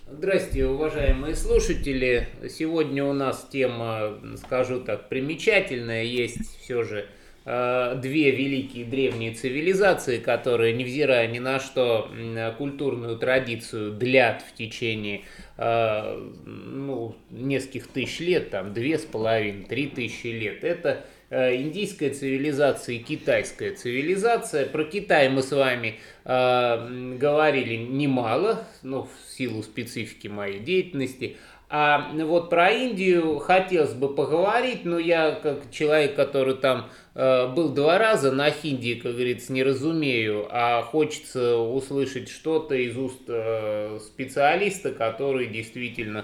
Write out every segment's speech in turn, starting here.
Здравствуйте, уважаемые слушатели. Сегодня у нас тема, скажу так, примечательная. Есть все же две великие древние цивилизации, которые, невзирая ни на что, культурную традицию длят в течение нескольких тысяч лет, там 2,5–3 тысячи лет. Это индийская цивилизация и китайская цивилизация. Про Китай мы с вами говорили немало, в силу специфики моей деятельности. А вот про Индию хотелось бы поговорить, но я, как человек, который там был 2 раза, на хинди, как говорится, не разумею, а хочется услышать что-то из уст специалиста, который действительно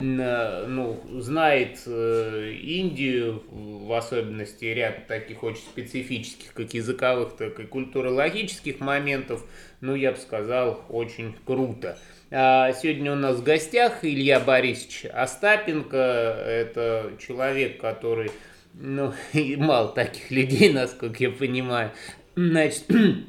знает Индию, в особенности ряд таких очень специфических, как языковых, так и культурологических моментов, я бы сказал, очень круто. Сегодня у нас в гостях Илья Борисович Остапенко. Это человек, который, и мало таких людей, насколько я понимаю, значит,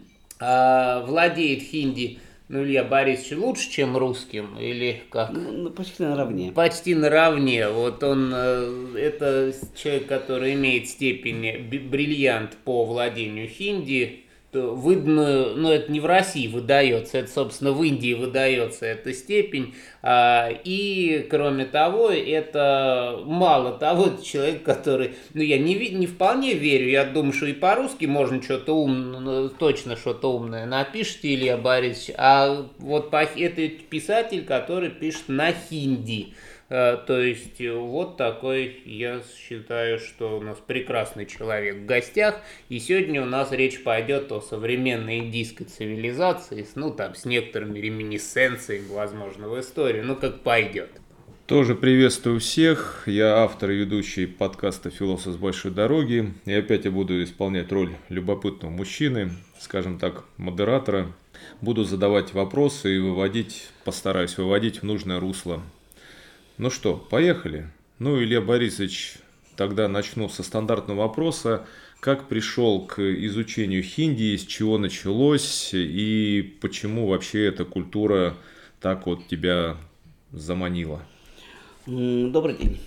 владеет хинди, Илья Борисович, лучше, чем русским, или как? Почти наравне. Почти наравне. Вот он, это человек, который имеет степень бриллиант по владению хинди, выданную, это не в России выдается, это, собственно, в Индии выдается эта степень. И, кроме того, это мало того, это человек, который, я не вполне верю, я думаю, что и по-русски можно что-то умное, точно что-то умное напишите, Илья Борисович, а вот это писатель, который пишет на хинди. То есть вот такой, я считаю, что у нас прекрасный человек в гостях. И сегодня у нас речь пойдет о современной индийской цивилизации, с некоторыми реминисценциями, возможно, в истории, как пойдет. Тоже приветствую всех. Я автор и ведущий подкаста «Философ с большой дороги». И опять я буду исполнять роль любопытного мужчины, скажем так, модератора. Буду задавать вопросы и постараюсь выводить в нужное русло. Ну что, поехали. Илья Борисович, тогда начну со стандартного вопроса. Как пришел к изучению хинди, с чего началось и почему вообще эта культура так вот тебя заманила? Добрый день.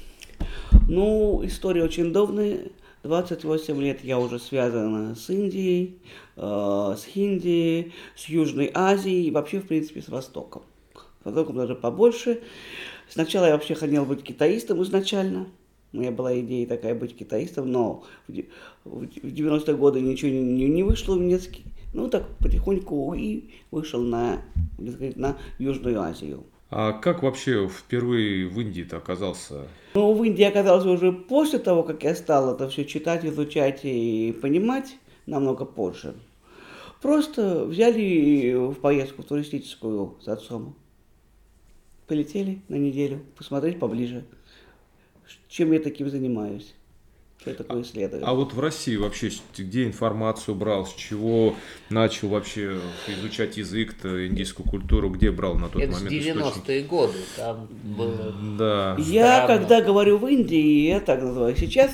История очень давняя. 28 лет я уже связана с Индией, с хинди, с Южной Азией и вообще, в принципе, с Востоком. С Востоком даже побольше. Сначала я вообще хотела быть китаистом изначально. У меня была идея такая быть китаистом, но в 90-е годы ничего не вышло в Минске. Так потихоньку и вышел на Южную Азию. А как вообще впервые в Индии-то оказался? В Индии оказался уже после того, как я стал это все читать, изучать и понимать намного позже. Просто взяли в поездку туристическую с отцом. Полетели на неделю, посмотреть поближе, чем я таким занимаюсь, что я такое исследую. А вот в России вообще где информацию брал, с чего начал вообще изучать язык-то, индийскую культуру, где брал на тот момент источники? Это 90-е годы, там было... Да. Я, когда говорю в Индии, я так называю, сейчас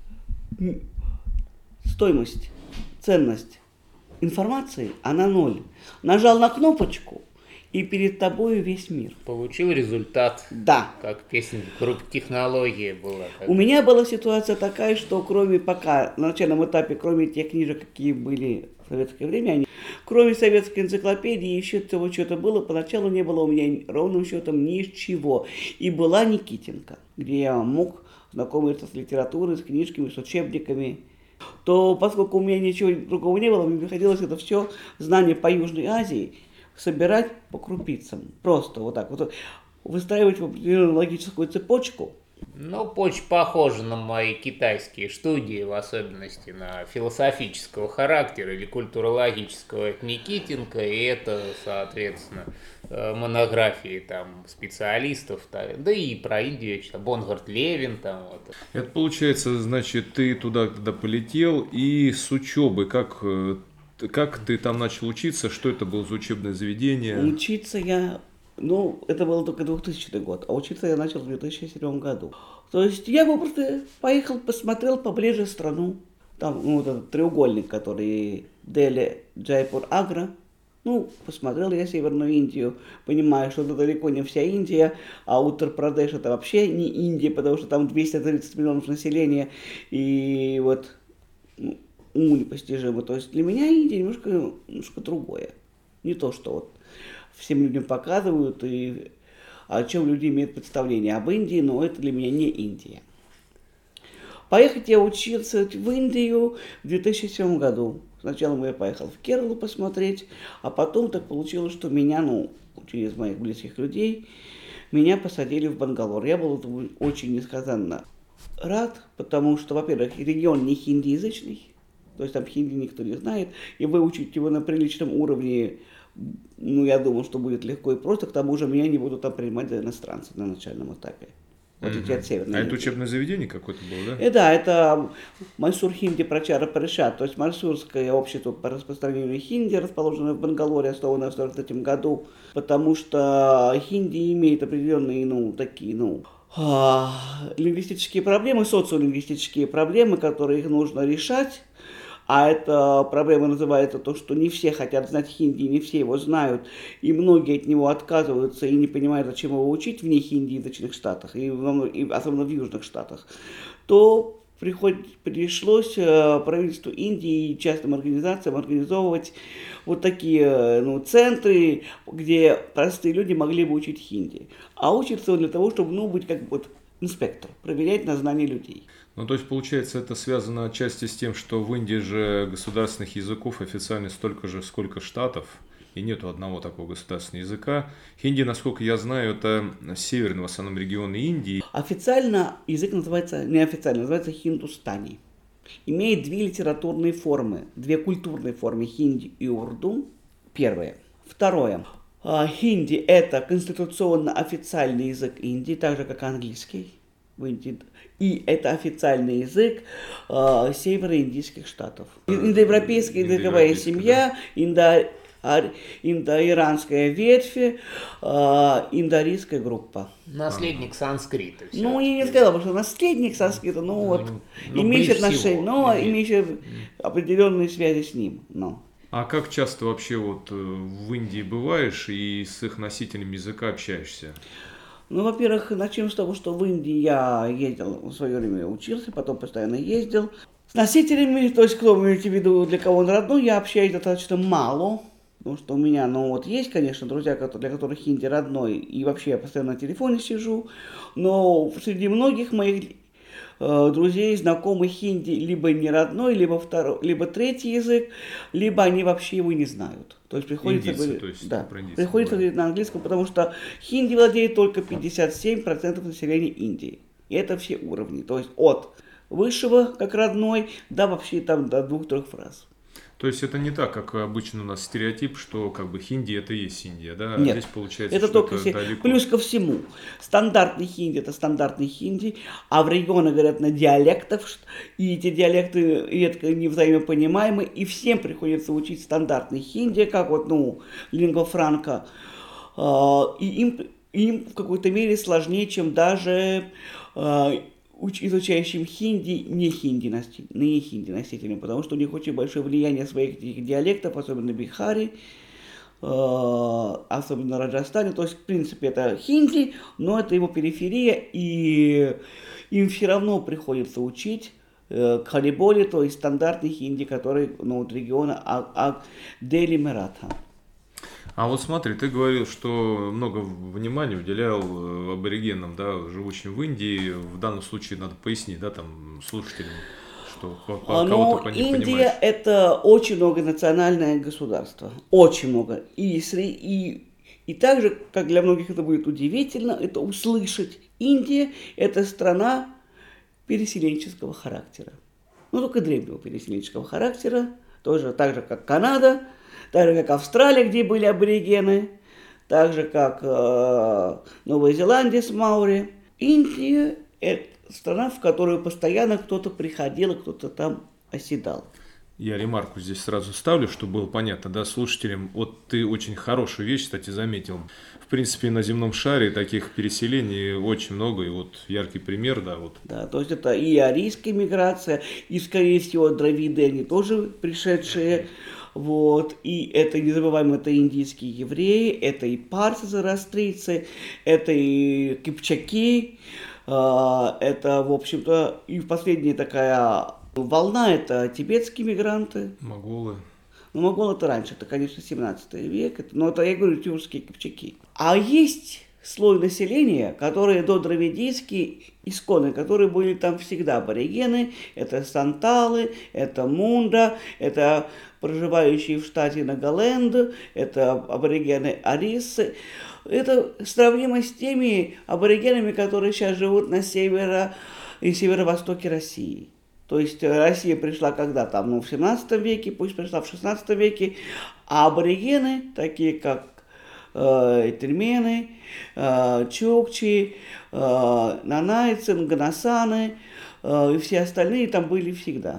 стоимость, ценность информации, она 0. Нажал на кнопочку, и перед тобой весь мир. Получил результат. Да. Как песня, технология была. У меня была ситуация такая, что пока на начальном этапе, кроме тех книжек, какие были в советское время, кроме советской энциклопедии, еще того что-то было, поначалу не было у меня ровным счетом ничего. И была Никитенко, где я мог знакомиться с литературой, с книжками, с учебниками. То поскольку у меня ничего другого не было, мне приходилось это все знание по Южной Азии собирать по крупицам. Просто вот так вот. Выстраивать в определенную логическую цепочку. Очень похоже на мои китайские студии, в особенности на философического характера или культурологического от Никитенко, и это, соответственно, монографии там специалистов, да и про Индию, Бонгард Левин там вот. Это получается, значит, ты туда полетел, и с учебы как ты там начал учиться? Что это было за учебное заведение? Учиться я... это был только 2000 год, а учиться я начал в 2007 году. То есть я бы просто поехал, посмотрел поближе страну. Там этот треугольник, который Дели, Джайпур, Агра. Ну, посмотрел я Северную Индию, понимаю, что это далеко не вся Индия, а Уттар-Прадеш это вообще не Индия, потому что там 230 миллионов населения, и вот уму непостижимо. То есть для меня Индия немножко другое. Не то, что вот всем людям показывают, и о чем люди имеют представление об Индии, но это для меня не Индия. Поехать я учился в Индию в 2007 году. Сначала я поехал в Кералу посмотреть, а потом так получилось, что меня, через моих близких людей, меня посадили в Бангалор. Я был очень несказанно рад, потому что, во-первых, регион не хиндиязычный, то есть там хинди никто не знает, и выучить его на приличном уровне, я думал, что будет легко и просто, к тому же меня не будут там принимать за иностранца на начальном этапе. В отличие от Северной Индии. Это учебное заведение какое-то было, да? Да, это Майсур Хинди Прачара Паришат, то есть Майсурское общество по распространению хинди, расположенное в Бангалоре, основанное в 1943 году, потому что хинди имеет определенные, лингвистические проблемы, социолингвистические проблемы, которые их нужно решать. А эта проблема называется то, что не все хотят знать хинди, не все его знают, и многие от него отказываются и не понимают, зачем его учить в нехиндиязычных штатах, и особенно в южных штатах, то пришлось правительству Индии и частным организациям организовывать вот такие центры, где простые люди могли бы учить хинди. А учится он для того, чтобы быть как вот инспектор, проверять на знание людей. Ну, то есть, получается, это связано отчасти с тем, что в Индии же государственных языков официально столько же, сколько штатов, и нету одного такого государственного языка. Хинди, насколько я знаю, это северный в основном регион Индии. Официально язык неофициально называется хиндустани. Имеет две литературные формы, две культурные формы, хинди и урду. Первое. Второе. Хинди – это конституционно официальный язык Индии, так же, как английский в Индии. И это официальный язык североиндийских штатов. Индоевропейская языковая семья, индоиранская ветвь, индоарийская группа. Наследник санскрита. Я не сказала, что наследник санскрита, имеющий отношение, имеющий определенные связи с ним. А как часто вообще в Индии бываешь и с их носителями языка общаешься? Во-первых, начнем с того, что в Индии я ездил, в свое время учился, потом постоянно ездил. С носителями, то есть, кто имеете в виду, для кого он родной, я общаюсь достаточно мало. Потому что у меня, есть, конечно, друзья, для которых хинди родной, и вообще я постоянно на телефоне сижу. Но среди многих моих друзей, знакомых хинди либо не родной, либо третий язык, либо они вообще его не знают. То есть приходится говорить на английском, потому что хинди владеет только 57% населения Индии. И это все уровни. То есть от высшего, как родной, вообще там до 2-3 фраз. То есть это не так, как обычно у нас стереотип, что хинди это и есть Индия, да? Нет, а здесь получается, это что только это далеко. Плюс ко всему, стандартный хинди это стандартный хинди, а в регионах говорят на диалектах, и эти диалекты редко не взаимопонимаемы, и всем приходится учить стандартный хинди, как лингва франка, и им в какой-то мере сложнее, чем даже изучающим хинди, не хинди носителям, потому что у них очень большое влияние своих диалектов, особенно в Бихаре, особенно в Раджастане. То есть, в принципе, это хинди, но это его периферия, и им все равно приходится учить кхалиболи, то есть стандартный хинди, который от региона Дели Мератха. А смотри, ты говорил, что много внимания уделял аборигенам, живущим в Индии. В данном случае надо пояснить, слушателям, что кого-то не понимаешь. Индия – это очень многонациональное государство. Очень много. И так же, как для многих это будет удивительно, это услышать. Индия – это страна переселенческого характера. Только древнего переселенческого характера. Тоже так же, как Канада. Так же, как Австралия, где были аборигены, так же, как Новая Зеландия с Маури. Индия – это страна, в которую постоянно кто-то приходил, и кто-то там оседал. Я ремарку здесь сразу ставлю, чтобы было понятно, слушателям. Ты очень хорошую вещь, кстати, заметил. В принципе, на земном шаре таких переселений очень много, и яркий пример, Да, то есть это и арийская миграция, и, скорее всего, дравиды, они тоже пришедшие Вот. И это, не забываем, это индийские евреи, это и парсы зороастрийцы, это и кипчаки, это, в общем-то, и последняя такая волна, это тибетские мигранты. Моголы. Ну, моголы это раньше, это, конечно, 17 век, но это, я говорю, тюркские кипчаки. А есть слой населения, которые додравидийские исконны, которые были там всегда аборигены, это санталы, это мунда, это проживающие в штате Нагаленд, это аборигены арисы. Это сравнимо с теми аборигенами, которые сейчас живут на северо и северо-востоке России. То есть Россия пришла когда там, в 17 веке, пусть пришла в 16 веке, а аборигены, такие как тельмены, чукчи, нанайцы, нганасаны и все остальные там были всегда.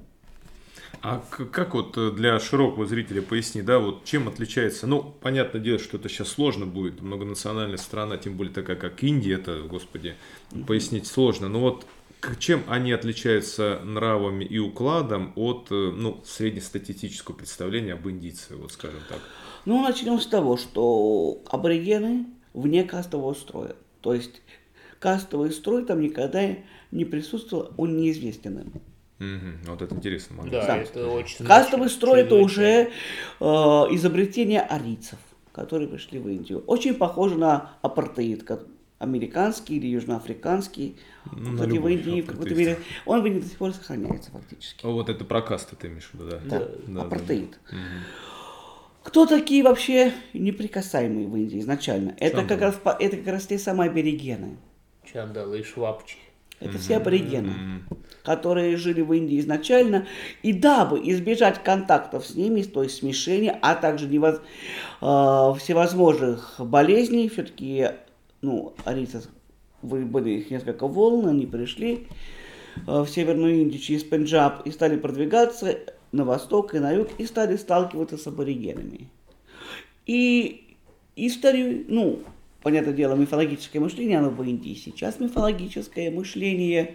А как вот для широкого зрителя поясни, да, вот чем отличается, ну, понятное дело, что это сейчас сложно будет, многонациональная страна, тем более такая, как Индия, это, господи, пояснить сложно, но вот чем они отличаются нравами и укладом от, ну, среднестатистического представления об индийце, вот скажем так? Ну, начнем с того, что аборигены вне кастового строя. То есть кастовый строй там никогда не присутствовал, он неизвестен им. Угу. Вот это интересно. Да, это очень кастовый строй это уже изобретение арийцев, которые пришли в Индию. Очень похоже на апартеид, американский или южноафриканский. Ну, кстати, в Индии в какой-то мере он в Индии до сих пор сохраняется фактически. Вот это про касты ты имеешь в виду, да? Да, апартеид. Да. Кто такие вообще неприкасаемые в Индии изначально? Это как раз те самые аборигены. Чандалы и швабчи. Это все аборигены, которые жили в Индии изначально. И дабы избежать контактов с ними, то есть смешения, а также всевозможных болезней, все-таки, арийцы были их несколько волн, они пришли в Северную Индию через Пенджаб и стали продвигаться на восток и на юг, и стали сталкиваться с аборигенами. И историю, понятное дело, мифологическое мышление, оно в Индии сейчас мифологическое мышление.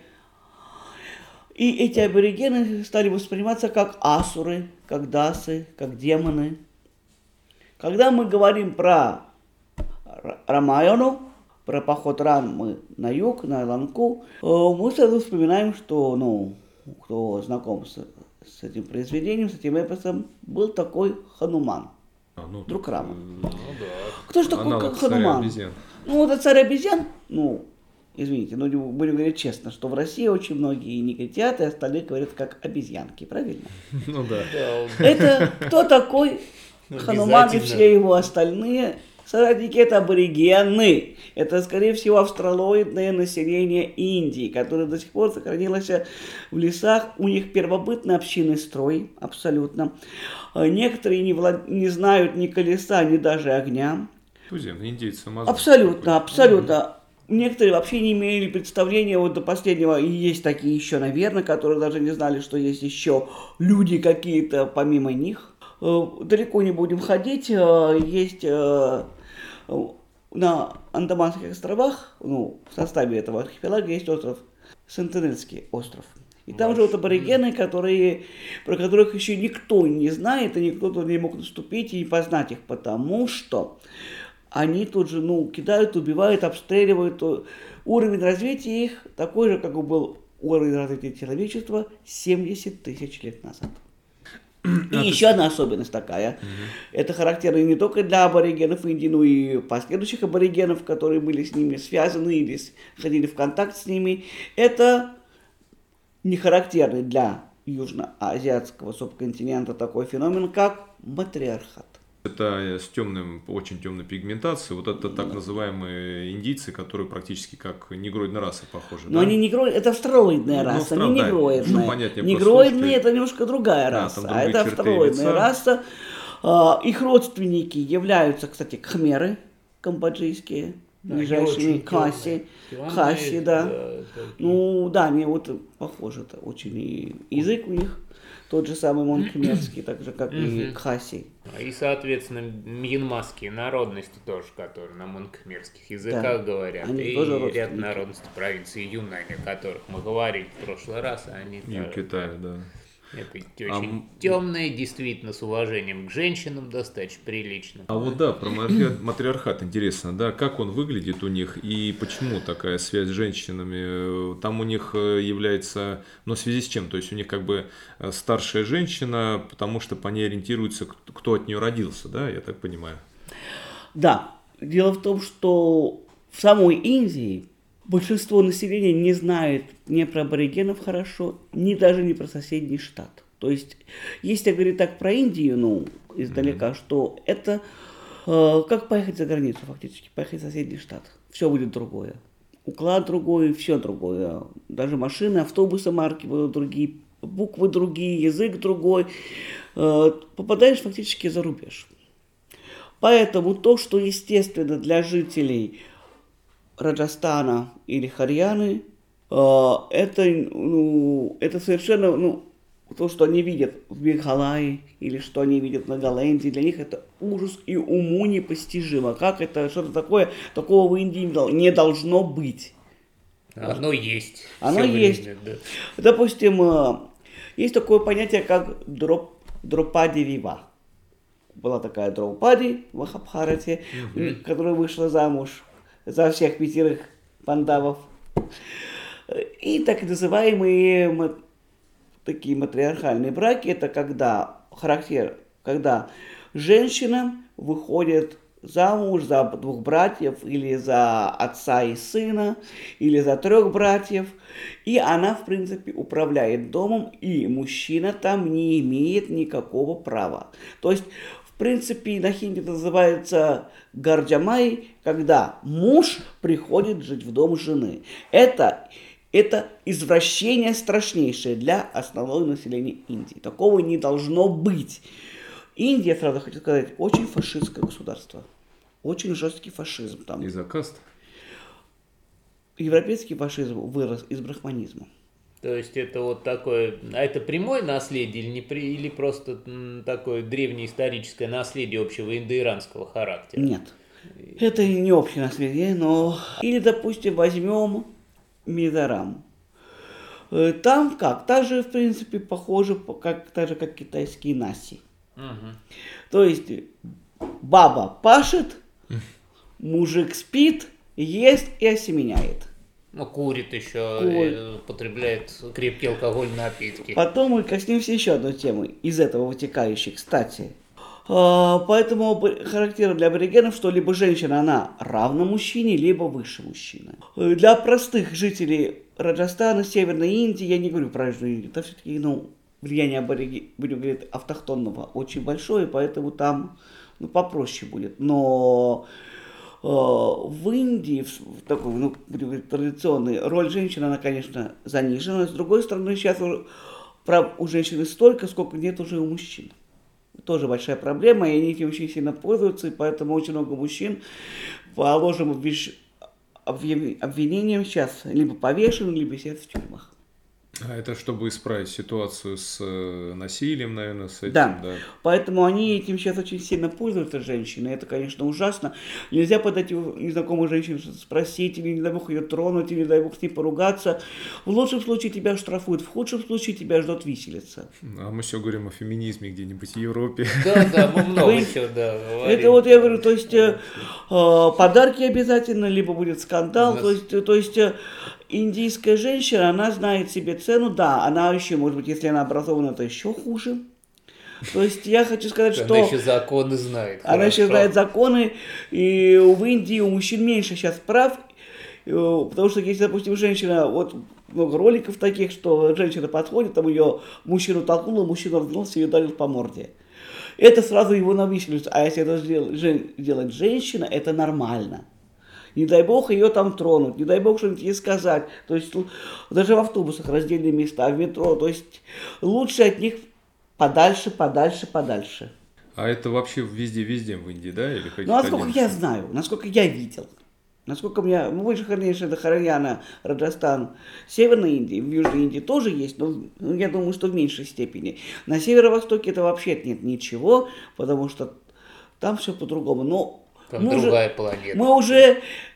И эти аборигены стали восприниматься как асуры, как дасы, как демоны. Когда мы говорим про Рамаяну, про поход Рамы на юг, на Ланку, мы сразу вспоминаем, что, кто знаком с этим произведением, с этим эпосом, был такой Хануман, друг Рамы. Кто же такой Хануман? Это царь обезьян. Извините, будем говорить честно, что в России очень многие негритята и остальные говорят как обезьянки, правильно? Ну да. Это кто такой Хануман и все его остальные соратники? Это аборигены. Это, скорее всего, австралоидное население Индии, которое до сих пор сохранилось в лесах. У них первобытный общинный строй, абсолютно. Некоторые не знают ни колеса, ни даже огня. Туземные индейцы. Абсолютно. Некоторые вообще не имели представления до последнего, и есть такие еще, наверное, которые даже не знали, что есть еще люди какие-то помимо них. Далеко не будем ходить. Есть на Андаманских островах, в составе этого архипелага есть остров, Сентинельский остров. И там живут аборигены, про которых еще никто не знает, и никто туда не мог наступить и не познать их, потому что они тут же, кидают, убивают, обстреливают. Уровень развития их такой же, как был уровень развития человечества 70 тысяч лет назад. И еще одна особенность такая. Это характерно не только для аборигенов Индии, но и последующих аборигенов, которые были с ними связаны или ходили в контакт с ними. Это не характерный для южноазиатского субконтинента такой феномен, как матриархат. Это с очень темной пигментацией. Вот это так называемые индийцы, которые практически как негроидная раса похожи. Но они негроидные, это австралоидная раса, не негроидная. Понятнее, негроидные это немножко другая раса, а это австралоидная раса. Их родственники являются, кстати, кхмеры камбоджийские, ближайшие хаси, да. Они похожи, это очень, и язык у них тот же самый монкхмерский, так же, как и кхаси. И, соответственно, мьянмарские народности тоже, которые на монкхмерских языках говорят. И ряд народностей провинции Юнань, о которых мы говорили в прошлый раз. И в Китае, да. Это очень темное, действительно, с уважением к женщинам достаточно прилично. А вот да, про матриархат интересно, да, как он выглядит у них и почему такая связь с женщинами? Там у них является, но в связи с чем? То есть у них как бы старшая женщина, потому что по ней ориентируется, кто от нее родился, да, я так понимаю? Да, дело в том, что в самой Индии большинство населения не знает ни про аборигенов хорошо, ни даже не про соседний штат. То есть, если говорить так про Индию, ну, издалека, что это как поехать за границу фактически, поехать в соседний штат. Все будет другое. Уклад другой, все другое. Даже машины, автобусы марки будут другие, буквы другие, язык другой. Попадаешь фактически за рубеж. Поэтому то, что естественно для жителей Раджастана или Харьяны, это совершенно, то, что они видят в Мегхалае или что они видят в Нагаленде, для них это ужас и уму непостижимо. Как это, что-то такое, такого в Индии не должно быть. Оно есть. Оно есть. Время, да. Допустим, есть такое понятие, как Дропади Вива. Была такая Драупади в Махабхарате, которая вышла замуж за всех 5 пандавов. И так называемые такие матриархальные браки, это когда женщина выходит замуж за 2 братьев, или за отца и сына, или за 3 братьев, и она, в принципе, управляет домом, и мужчина там не имеет никакого права. То есть, в принципе, на хинди это называется гарджамай, когда муж приходит жить в дом жены. Это извращение страшнейшее для основного населения Индии. Такого не должно быть. Индия, сразу хочу сказать, очень фашистское государство. Очень жесткий фашизм там. Из-за каст? Европейский фашизм вырос из брахманизма. То есть это вот такое, а это прямое наследие или просто такое древнеисторическое наследие общего индоиранского характера? Нет, это не общее наследие, но... Или, допустим, возьмем Мизорам. Там как? Так же, в принципе, похоже, так же, как китайские наси. То есть баба пашет, мужик спит, ест и осеменяет. Ну, курит еще, потребляет крепкие алкогольные напитки. Потом мы коснемся еще одной темы, из этого вытекающей, кстати. Поэтому характерно для аборигенов, что либо женщина, она равна мужчине, либо выше мужчины. Для простых жителей Раджастана, Северной Индии, я не говорю про Южную Индию, это все-таки, влияние будем говорить, автохтонного очень большое, поэтому там попроще будет. Но в Индии, в такой, будем говорить, традиционной, роль женщины, она, конечно, занижена. С другой стороны, сейчас прав у женщины столько, сколько нет уже у мужчин. Тоже большая проблема, и они этим очень сильно пользуются, и поэтому очень много мужчин по ложным обвинениям сейчас либо повешены, либо сидят в тюрьмах. А это чтобы исправить ситуацию с насилием, наверное, с этим, да. Поэтому они этим сейчас очень сильно пользуются, женщины. Это, конечно, ужасно. Нельзя подойти к незнакомой женщине, спросить, или не дай бог ее тронуть, или не дай бог с ней поругаться. В лучшем случае тебя штрафуют, в худшем случае тебя ждет виселица. А мы все говорим о феминизме где-нибудь в Европе. Да, мы много еще, да. Это вот я говорю, то есть подарки обязательно, либо будет скандал, то есть индийская женщина, она знает себе цену, да, она еще, может быть, если она образована, это еще хуже. То есть я хочу сказать, что... Она еще законы знает. Она еще знает законы, и в Индии у мужчин меньше сейчас прав, потому что если, допустим, женщина, вот много роликов таких, что женщина подходит, там ее мужчину толкнула, мужчина развернулся и ударил по морде. Это сразу его нависелится, а если это делает женщина, это нормально. Не дай бог ее там тронуть, не дай бог что-нибудь ей сказать. То есть даже в автобусах раздельные места, в метро. То есть лучше от них подальше. А это вообще везде в Индии, да? Или насколько я знаю, насколько я видел. Насколько у меня, больше, конечно, это Харьяна, Раджастан, Северной Индии, в Южной Индии тоже есть, но я думаю, что в меньшей степени. На северо-востоке это вообще нет ничего, потому что там все по-другому. Но там другая планета. Мы уже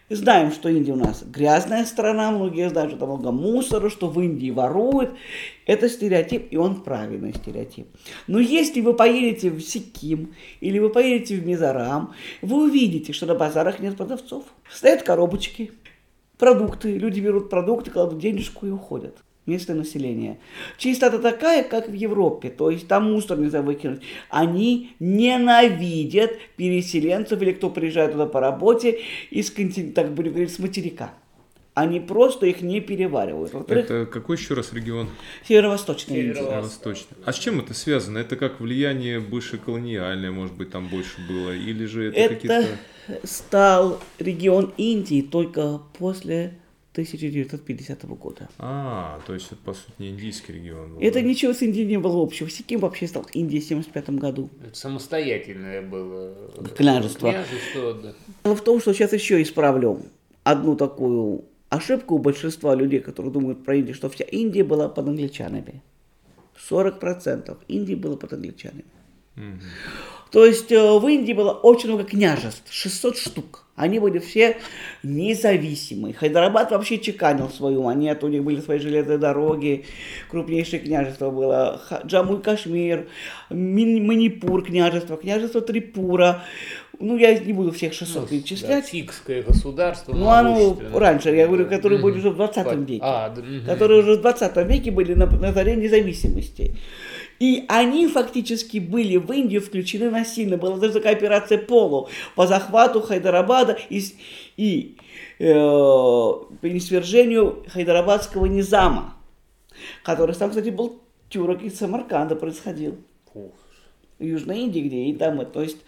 Знаем, что Индия у нас грязная страна, многие знают, что там много мусора, что в Индии воруют. Это стереотип, и он правильный стереотип. Но если вы поедете в Сиким или вы поедете в Мизорам, вы увидите, что на базарах нет продавцов. Стоят коробочки, продукты, люди берут продукты, кладут денежку и уходят. Местное население. Чистота такая, как в Европе, то есть там мусор нельзя выкинуть. Они ненавидят переселенцев или кто приезжает туда по работе из континента, так будем говорить, с материка. Они просто их не переваривают. Во-вторых, Это какой еще раз регион? Северо-восточная Индия. Северо-восточный. А с чем это связано? Это как влияние бывшее колониальное, может быть, там больше было? Или же это какие-то... стал регион Индии только после 1950 года. То есть это, по сути, не индийский регион был. Это ничего с Индией не было общего. Сиким вообще стал Индией в 1975 году. Это самостоятельное было Княжество. Да. Дело в том, что сейчас еще исправлю одну такую ошибку у большинства людей, которые думают про Индию, что вся Индия была под англичанами. 40% Индии было под англичанами. То есть в Индии было очень много княжеств, 600 штук. Они были все независимые. Хайдарабад вообще чеканил свою монету, у них были свои железные дороги, крупнейшее княжество было Джамму и Кашмир, Манипур княжество, княжество Трипура. Ну, я не буду всех 600 перечислять. Да, сикское государство. Ну, оно раньше, я говорю, которые были уже в 20 веке. Которые уже в 20 веке были на заре независимости. И они фактически были в Индию включены насильно. Была даже такая операция Поло по захвату Хайдарабада и низвержению хайдарабадского низама, который сам, кстати, был тюрок из Самарканда происходил. В Южной Индии, где и там. То есть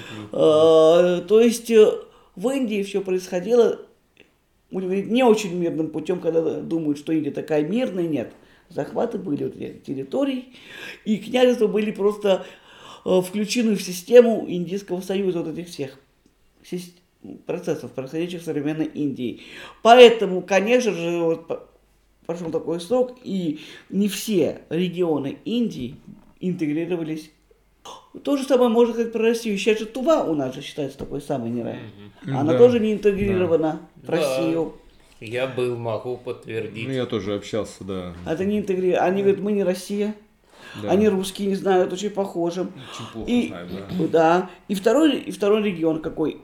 в Индии все происходило, будем говорить, не очень мирным путем, когда думают, что Индия такая мирная, нет. Захваты были вот этих территорий, и княжества были просто включены в систему Индийского союза, вот этих всех процессов, происходящих в современной Индии. Поэтому, конечно же, вот прошел такой срок, и не все регионы Индии интегрировались. То же самое можно сказать про Россию. Сейчас же Тува у нас же считается такой самой неравной. Она тоже не интегрирована в Россию. Я был, могу подтвердить. Ну, я тоже общался, да. Это не интегрировано. Они говорят, мы не Россия. Да. Они русские, не знаю, очень похожи. Очень плохо знаем, да. Да. И второй регион какой,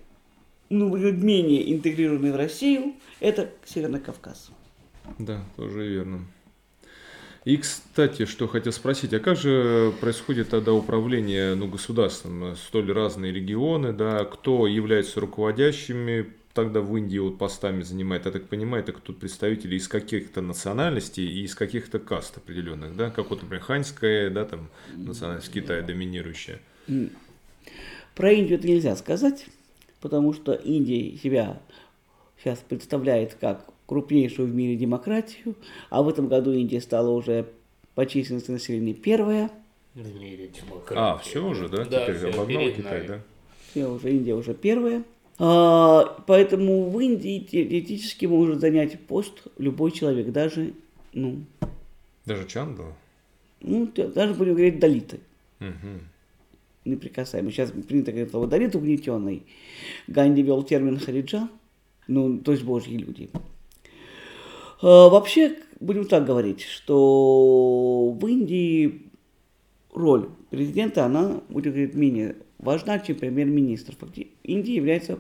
менее интегрированный в Россию, это Северный Кавказ. Да, тоже верно. И, кстати, что хотел спросить, а как же происходит тогда управление государством? Столь разные регионы, да, кто является руководящими тогда в Индии вот постами занимает, я так понимаю, это тут представители из каких-то национальностей и из каких-то каст определенных, да, как вот, например, ханьская, да, там, национальность в Китае доминирующая. Про Индию это нельзя сказать, потому что Индия себя сейчас представляет как крупнейшую в мире демократию, а в этом году Индия стала уже по численности населения первая. В мире демократия. Все уже, да? Да, теперь обогнал Китай, да? Все уже, Индия уже первая. Поэтому в Индии теоретически может занять пост любой человек, даже, Даже Чанда? Даже, будем говорить, далиты. Угу. Неприкасаемый. Сейчас принято говорить слово далит угнетенный. Ганди вел термин хариджан, то есть божьи люди. Вообще, будем так говорить, что в Индии роль президента, она, будем говорить, менее важна, чем премьер-министр. Индия является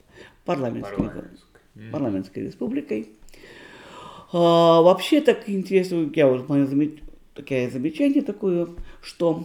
парламентской республикой. Вообще, так интересно, такое замечание такое, что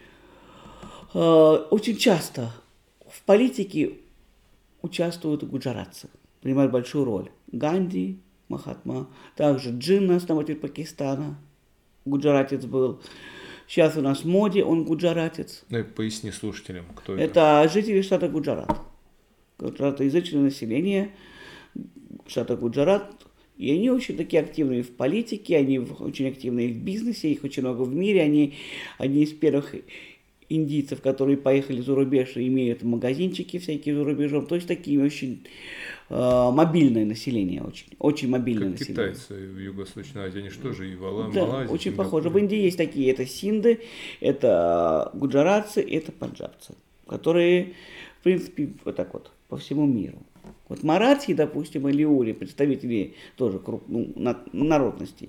очень часто в политике участвуют гуджаратцы, принимают большую роль. Ганди, Махатма, также Джинна, основатель Пакистана, гуджаратец был. Сейчас у нас Моди, он гуджаратец. Поясни слушателям, кто это. Это жители штата Гуджарат. Гуджаратоязычное население штата Гуджарат. И они очень такие активные в политике, они очень активные в бизнесе, их очень много в мире. Они одни из первых индийцев, которые поехали за рубеж и имеют магазинчики всякие за рубежом. То есть такие очень мобильное население, очень мобильное как население. Китайцы в Юго-Восточной Азии, они что же и Малайзия, да, очень похоже. В Индии есть такие, это синды, это гуджаратцы, это панджабцы, которые, в принципе, вот так вот, по всему миру. Вот маратхи, допустим, или ури, представители тоже народностей,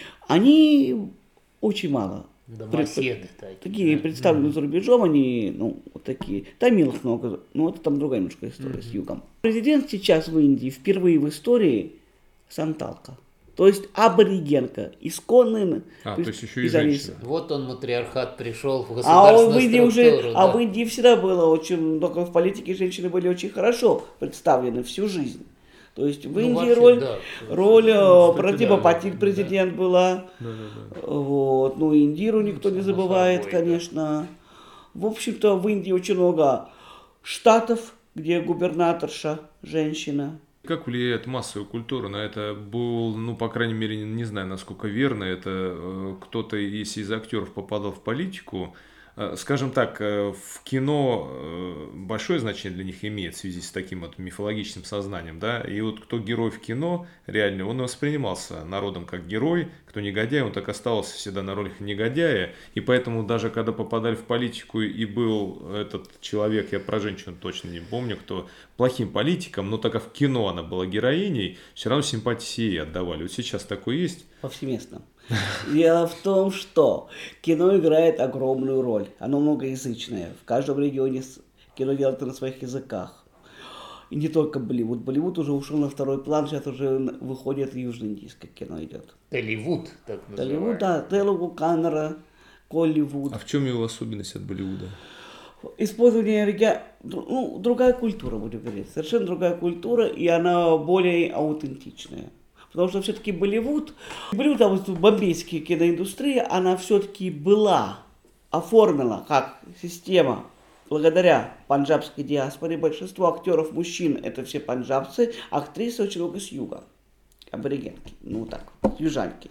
они очень мало. Домоседы Такие представлены за рубежом, они, вот такие. Тамилов много, это там другая немножко история с югом. Президент сейчас в Индии впервые в истории санталка. То есть аборигенка, исконная. То есть еще и женщина. Вот он, матриархат, пришел в государственную структуру. А в Индии всегда было очень, только в политике женщины были очень хорошо представлены всю жизнь. То есть в Индии роль Пратиба Патиль президент была. Вот. Индиру никто не забывает, конечно. В общем-то, в Индии очень много штатов, где губернаторша женщина. Как влияет массовая культура на это? Был, по крайней мере, не знаю, насколько верно, это кто-то, если из актеров попадал в политику, скажем так, в кино большое значение для них имеет в связи с таким вот мифологическим сознанием, да, и вот кто герой в кино, реально, он воспринимался народом как герой, кто негодяй, он так оставался всегда на ролях негодяя, и поэтому даже когда попадали в политику и был этот человек, я про женщину точно не помню, кто плохим политиком, но так как в кино она была героиней, все равно симпатии ей отдавали. Вот сейчас такое есть? Повсеместно. Дело в том, что кино играет огромную роль. Оно многоязычное. В каждом регионе кино делается на своих языках. И не только Болливуд. Болливуд уже ушел на второй план, сейчас уже выходит южноиндийское кино идет. Толливуд, так называемый. Толливуд, да. Телугу, Каннара, Колливуд. А в чем его особенность от Болливуда? Использование другая культура, будем говорить. Совершенно другая культура, и она более аутентичная. Потому что все-таки Болливуд, бомбейская киноиндустрия, она все-таки была, оформлена как система. Благодаря панджабской диаспоре большинство актеров мужчин это все панджабцы, актрисы очень много с юга, аборигенки, южанки.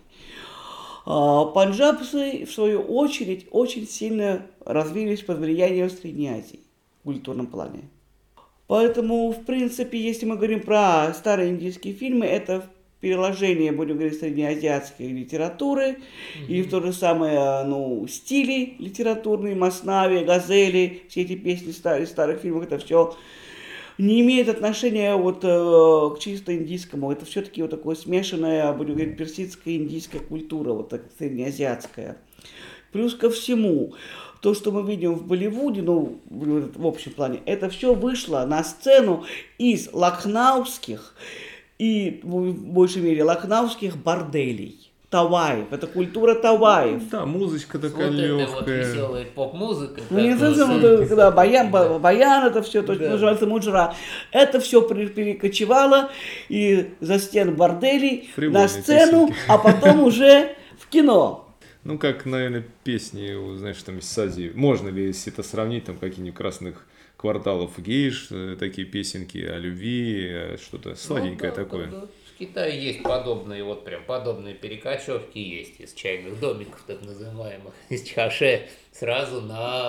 Панджабцы, в свою очередь, очень сильно развились под влиянием Средней Азии в культурном плане. Поэтому, в принципе, если мы говорим про старые индийские фильмы, это переложение, будем говорить, среднеазиатской литературы, и в то же самое, стили литературные, Маснави, Газели, все эти песни старых фильмов, это все не имеет отношения к чисто индийскому. Это все-таки такое смешанная, будем говорить, персидская индийская культура, так среднеазиатская. Плюс ко всему, то, что мы видим в Болливуде, в общем плане, это все вышло на сцену из лакнауских и в большей мере лакнауских борделей. Таваев, это культура таваев. Да, музычка такая легкая. Это веселая поп-музыка. Когда баян, это все, то, что называется муджра. Это все перекочевало и за стен борделей на сцену, а потом уже в кино. Как, наверное, песни, знаешь, там из Азии. Можно ли, если это сравнить, там, какие-нибудь красных кварталов гейш, такие песенки о любви, что-то сладенькое такое. Да. В Китае есть подобные, подобные перекочевки есть из чайных домиков, так называемых, из чаше сразу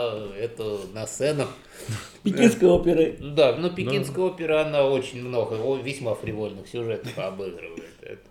на сцену. Пекинской оперы. Да, пекинская опера, она очень много, весьма фривольных сюжетов обыгрывает.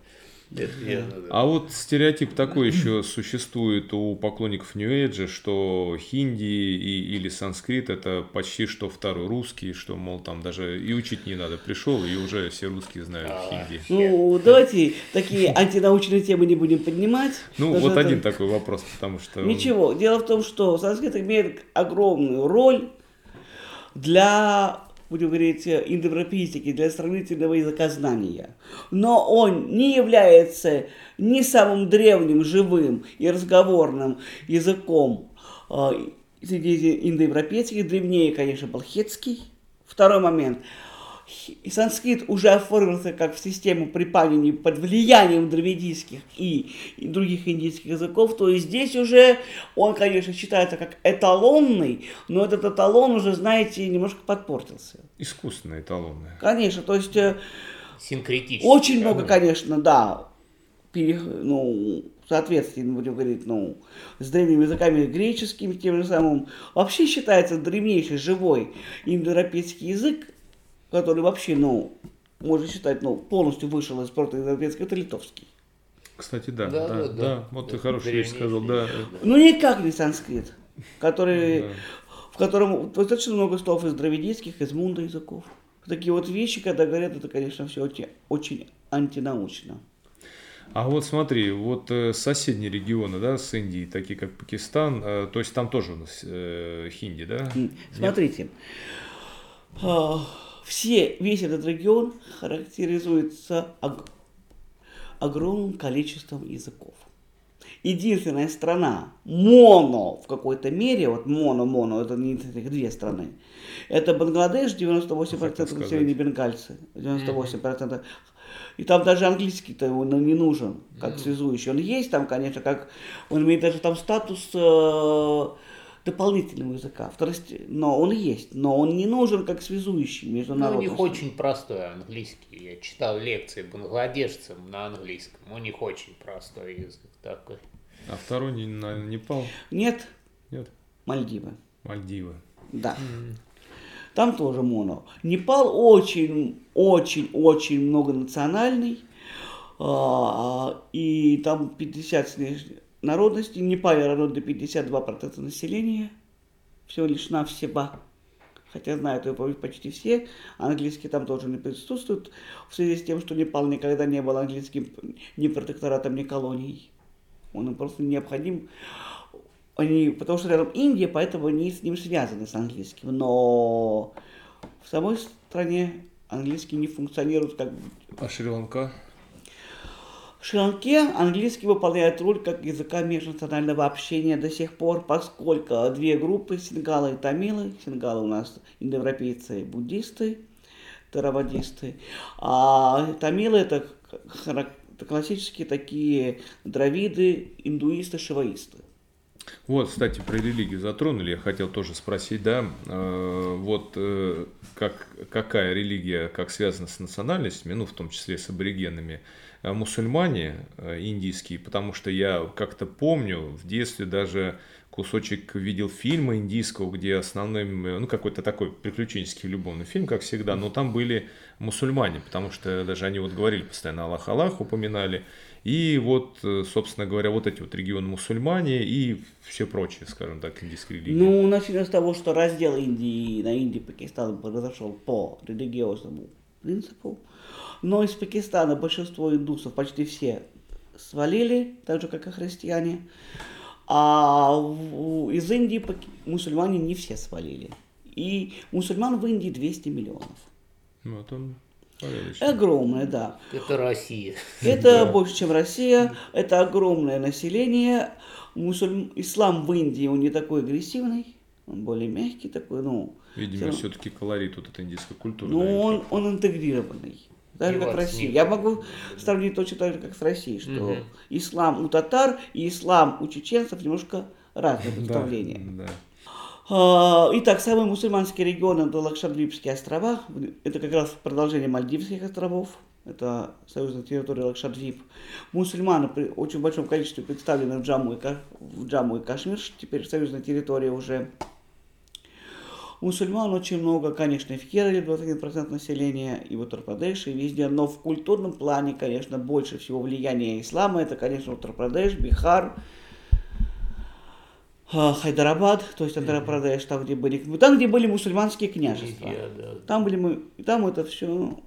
А вот стереотип такой еще существует у поклонников Нью-Эйджа, что хинди или санскрит это почти что второй русский, что, мол, там даже и учить не надо. Пришел, и уже все русские знают хинди. Давайте такие антинаучные темы не будем поднимать. Вот один такой вопрос, потому что... Ничего, дело в том, что санскрит имеет огромную роль для, будем говорить, индоевропейских, для сравнительного языкознания. Но он не является ни самым древним, живым и разговорным языком среди индоевропейских. Древнее, конечно, был хетский. Второй момент. И санскрит уже оформился как в систему припаяния под влиянием дравидийских и других индийских языков, то есть здесь уже он, конечно, считается как эталонный, но этот эталон уже, знаете, немножко подпортился. Искусственный эталонный. Конечно, то есть синкретический. Очень много, конечно, да, соответственно, будем говорить, с древними языками греческими, тем же самым. Вообще считается древнейший живой индоевропейский язык, который вообще, можно считать, полностью вышел из протоевропейского, это литовский. Кстати, да. Вот ты хорошую вещь сказал, да. Никак не санскрит, в котором достаточно много слов из дравидийских, из мунда языков. такие вот вещи, когда говорят, это, конечно, все очень, очень антинаучно. А вот смотри, вот соседние регионы, да, с Индией, такие как Пакистан, то есть там тоже у нас хинди, да? Смотрите, весь этот регион характеризуется огромным количеством языков. Единственная страна в какой-то мере, вот моно, это не две страны, это Бангладеш, 98% населения бенгальцы, 98%. И там даже английский-то ему не нужен, как связующий. Он есть там, конечно, он имеет даже там статус дополнительного языка, но он есть, но он не нужен как связующий между народами. У них очень простой английский. Я читал лекции бангладешцам на английском. У них очень простой язык такой. А второй, наверное, Непал? Нет. Нет. Мальдивы. Да. Там тоже моно. Непал очень многонациональный. И там 50 народностей. В Непале равно 52% населения. Всего лишь навсего. Хотя знают его почти все. Английский там тоже не присутствует. В связи с тем, что Непал никогда не был английским ни протекторатом, ни колонией. Он им просто необходим. Потому что рядом Индия, поэтому они с ним связаны, с английским. Но в самой стране английский не функционирует как... А Шри-Ланка? В Шри-Ланке английский выполняет роль как языка межнационального общения до сих пор, поскольку две группы, сингалы и тамилы. Сингалы у нас индоевропейцы, буддисты, теравадисты. А тамилы это классические такие дравиды, индуисты, шиваисты. Вот, кстати, про религию затронули, я хотел тоже спросить, да, какая религия, как связана с национальностями, в том числе с аборигенами, мусульмане индийские, потому что я как-то помню, в детстве даже кусочек видел фильма индийского, где основным, какой-то такой приключенческий любовный фильм, как всегда, но там были мусульмане, потому что даже они говорили постоянно Аллах, Аллах упоминали. И собственно говоря, эти регионы мусульмане и все прочие, скажем так, индийские религии. Начнем с того, что раздел Индии на Индию и Пакистан произошел по религиозному принципу. Но из Пакистана большинство индусов, почти все, свалили, так же, как и христиане. А из Индии мусульмане не все свалили. И мусульман в Индии 200 миллионов. Вот он. Порядочно. Огромное, да. Это Россия. Это больше, чем Россия. Это огромное население. Ислам в Индии, он не такой агрессивный. Он более мягкий такой, Видимо, все-таки колорит от индийской культуры. Он интегрированный. Так же, как Россия. Я могу сравнить точно так же, как с Россией, что ислам у татар и ислам у чеченцев немножко разные представления. Да. Итак, самый мусульманский регион – это Лакшадвипские острова. Это как раз продолжение Мальдивских островов. Это союзная территория Лакшадвип. Мусульманы при очень большом количестве представлены в Джамму и Кашмир, теперь союзная территория уже. Мусульман очень много, конечно, и в Керале 21% населения, и в Уттар-Прадеше, и везде. Но в культурном плане, конечно, больше всего влияния ислама. Это, конечно, Уттар-Прадеш, Бихар, Хайдарабад, то есть Андхра-Прадеш, там, где были мусульманские княжества. Там это все,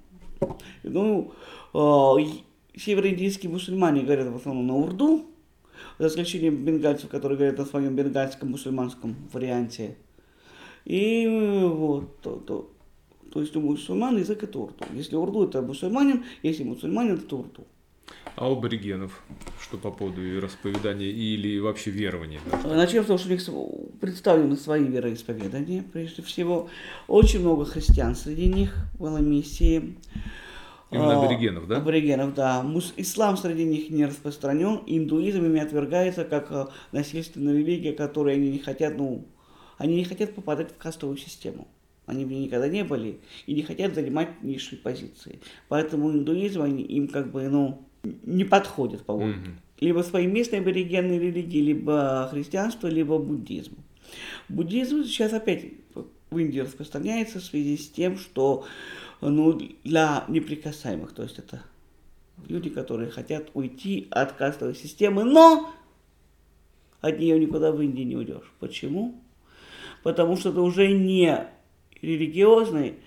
североиндийские мусульмане говорят в основном на урду, за исключением бенгальцев, которые говорят на своем бенгальском мусульманском варианте. И то есть у мусульман язык это урду. Если урду, это мусульманин, если мусульманин, это урду. А у аборигенов, что по поводу вероисповедания или вообще верования? Начнем с того, что у них представлены свои вероисповедания, прежде всего. Очень много христиан среди них было миссии. Именно аборигенов, да? Аборигенов, да. Ислам среди них не распространен. Индуизм ими отвергается как насильственная религия, которой они не хотят, они не хотят попадать в кастовую систему. Они в ней никогда не были и не хотят занимать низшие позиции. Поэтому индуизм им не подходит по воле. Либо свои местные аборигенные религии, либо христианство, либо буддизм. Буддизм сейчас опять в Индии распространяется в связи с тем, что для неприкасаемых, то есть это люди, которые хотят уйти от кастовой системы, но от нее никуда в Индии не уйдешь. Почему? Потому что это уже не религиозный,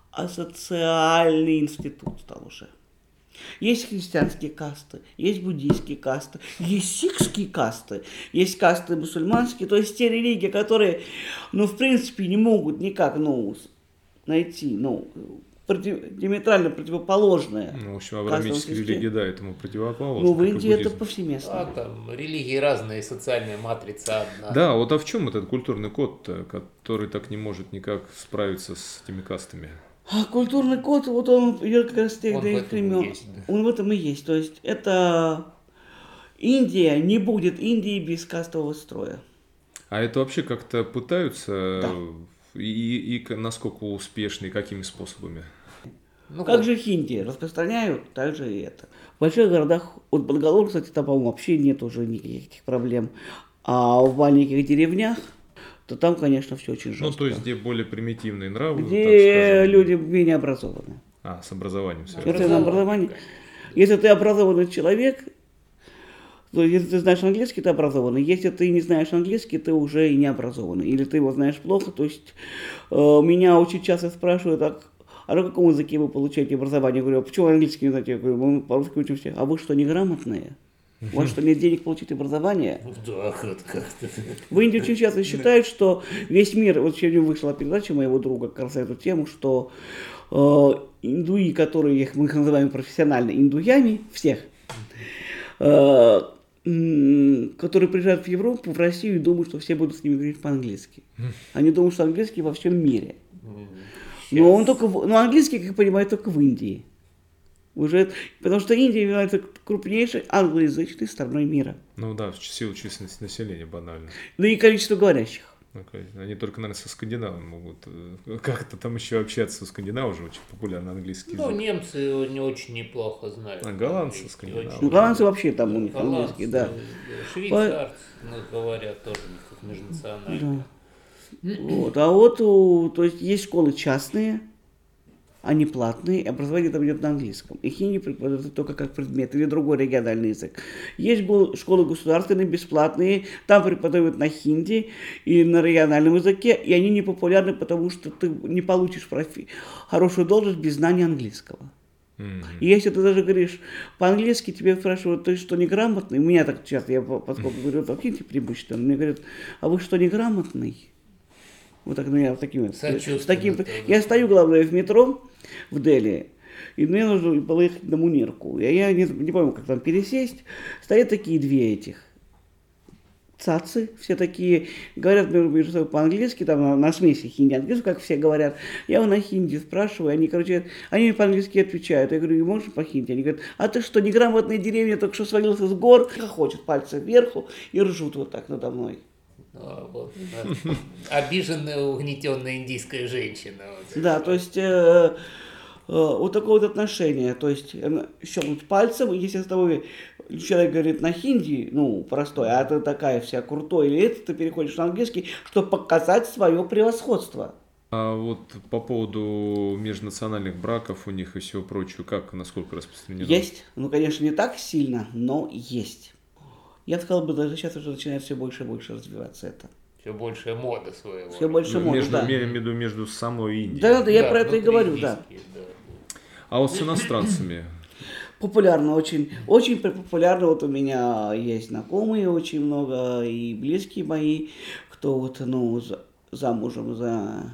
асоциальный институт стал уже. Есть христианские касты, есть буддийские касты, есть сикхские касты, есть касты мусульманские, то есть те религии, которые, ну, в принципе, не могут никак, ну, найти, ну, диаметрально противоположное. Ну, в общем, авраамические религии, да, этому противоположны. Ну, в Индии это повсеместно. А там религии разные, социальная матрица одна. Да, вот а в чем этот культурный код, который так не может никак справиться с этими кастами? А культурный код, вот он идет как раз с тех времен. Есть, да. Он в этом и есть. То есть это Индия не будет Индией без кастового строя. А это вообще как-то пытаются, Да. и насколько успешны, и какими способами? Ну, Как вот. же хинди распространяют, так же и это. В больших городах, вот Бангалор, кстати, там, по-моему, вообще нет уже никаких этих проблем. А в маленьких деревнях, то там, конечно, все очень жестко. Ну, то есть, где более примитивные нравы, так где скажем. люди менее образованы. А, с образованием все. Это образование. Если ты образованный человек, то если ты знаешь английский, ты образованный. Если ты не знаешь английский, ты уже и не образованный. Или ты его знаешь плохо. То есть меня очень часто спрашивают, а на каком языке вы получаете образование? Я говорю, а почему английский не знаете? Я говорю, мы по-русски учимся. А вы что, неграмотные? У вас что, нет денег получить образование? Да, вот как-то. В Индии очень часто считают, что весь мир, вот сегодня вышла передача моего друга как раз на эту тему, что индуи, которые мы их называем профессионально индуями, всех, которые приезжают в Европу, в Россию и думают, что все будут с ними говорить по-английски. Они думают, что английский во всем мире. Но он только, английский, как я понимаю, только в Индии. Уже, потому что Индия является крупнейшей англоязычной страной мира. Ну да, в силу численности населения банально. Да и количество говорящих. Они только, наверное, со скандинавами могут как-то там еще общаться. У скандинавов уже очень популярный английский язык. Ну, немцы его не очень неплохо знают. А голландцы, Английский скандинавы. очень. Ну, голландцы вообще там у них Голландцы, английский, да. Швейцарцы, ну, говорят, тоже у них как межнациональные. Да. Вот. А вот, то есть есть школы частные, они платные, и образование там идет на английском. И хинди преподают только как предмет или другой региональный язык. Есть школы государственные, бесплатные, там преподают на хинди и на региональном языке, и они не популярны, потому что ты не получишь хорошую должность без знания английского. И если ты даже говоришь по-английски, тебе спрашивают, ты что, неграмотный? У меня так часто, я поскольку говорю в хинди преимущественно, мне говорят, а вы что, неграмотный? Вот так, ну я с таким, я стою, главное, в метро в Дели, и мне нужно было ехать на Мунирку. Я не помню, как там пересесть. Стоят такие две этих цацы, все такие, говорят между собой по-английски, там на смеси хинди-английский, как все говорят. Я на хинди спрашиваю, они мне по-английски отвечают. Я говорю, можно по-хинди? Они говорят, а ты что, неграмотная деревня, только что свалился с гор, хохочет пальцы вверху и ржут вот так надо мной. Вот, да. Обиженная, угнетенная индийская женщина. Вот. Да, то есть вот такое вот отношение. То есть щелкнуть пальцем, и если с тобой человек говорит на хинди, ну, простой, а ты такая вся крутой, или это ты переходишь на английский, чтобы показать свое превосходство. А вот по поводу межнациональных браков у них и всего прочего, насколько распространено? Есть. Ну, конечно, не так сильно, но есть. Я сказал бы, даже сейчас уже начинает все больше и больше развиваться это. Все больше мода своего. Все больше моды, да. Между самой Индией. Да, я про это и говорю, да. А вот с иностранцами? Популярно очень. Очень популярно. Вот у меня есть знакомые очень много, и близкие мои, кто вот, ну, замужем за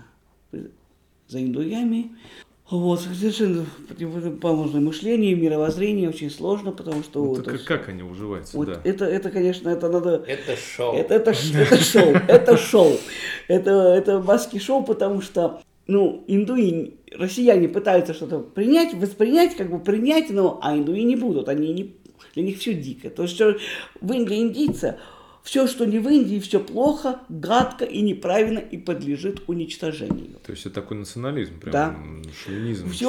индуями. Вот, совершенно противоположное мышление, мировоззрение очень сложно, потому что... Ну, как они уживаются, вот да. Это, конечно, это надо... Это шоу. Это шоу, это шоу. Это маски-шоу, потому что, ну, индуи, россияне пытаются что-то воспринять, как бы принять, а индуи не будут, для них все дико. То есть, что в Индии индийцы, все, что не в Индии, все плохо, гадко и неправильно и подлежит уничтожению. То есть это такой национализм, прям да. шовинизм. Все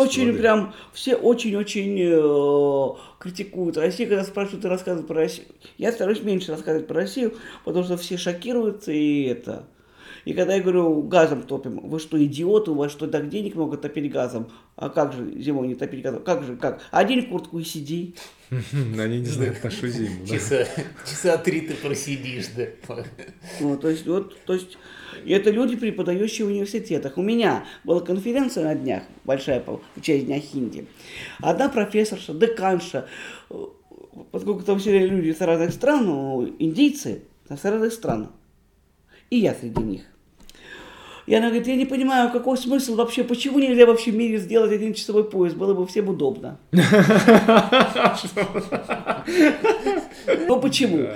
очень критикуют Россию, когда спрашивают и рассказывают про Россию. Я стараюсь меньше рассказывать про Россию, потому что все шокируются и это. И когда я говорю, газом топим, вы что, идиоты, у вас что, так денег много топить газом? А как же зимой не топить газом? Как же, как? Одень куртку и сиди. Они не знают нашу зиму. Да? Часа 3 ты просидишь, да. Ну, то есть, и это люди, преподающие в университетах. У меня была конференция на днях, большая в честь Дня хинди. Одна профессорша, деканша, поскольку там все люди с разных стран, ну, индийцы с разных стран, и я среди них. И она говорит, я не понимаю, какой смысл вообще, почему нельзя вообще в мире сделать 1-часовой поезд, было бы всем удобно. Ну почему?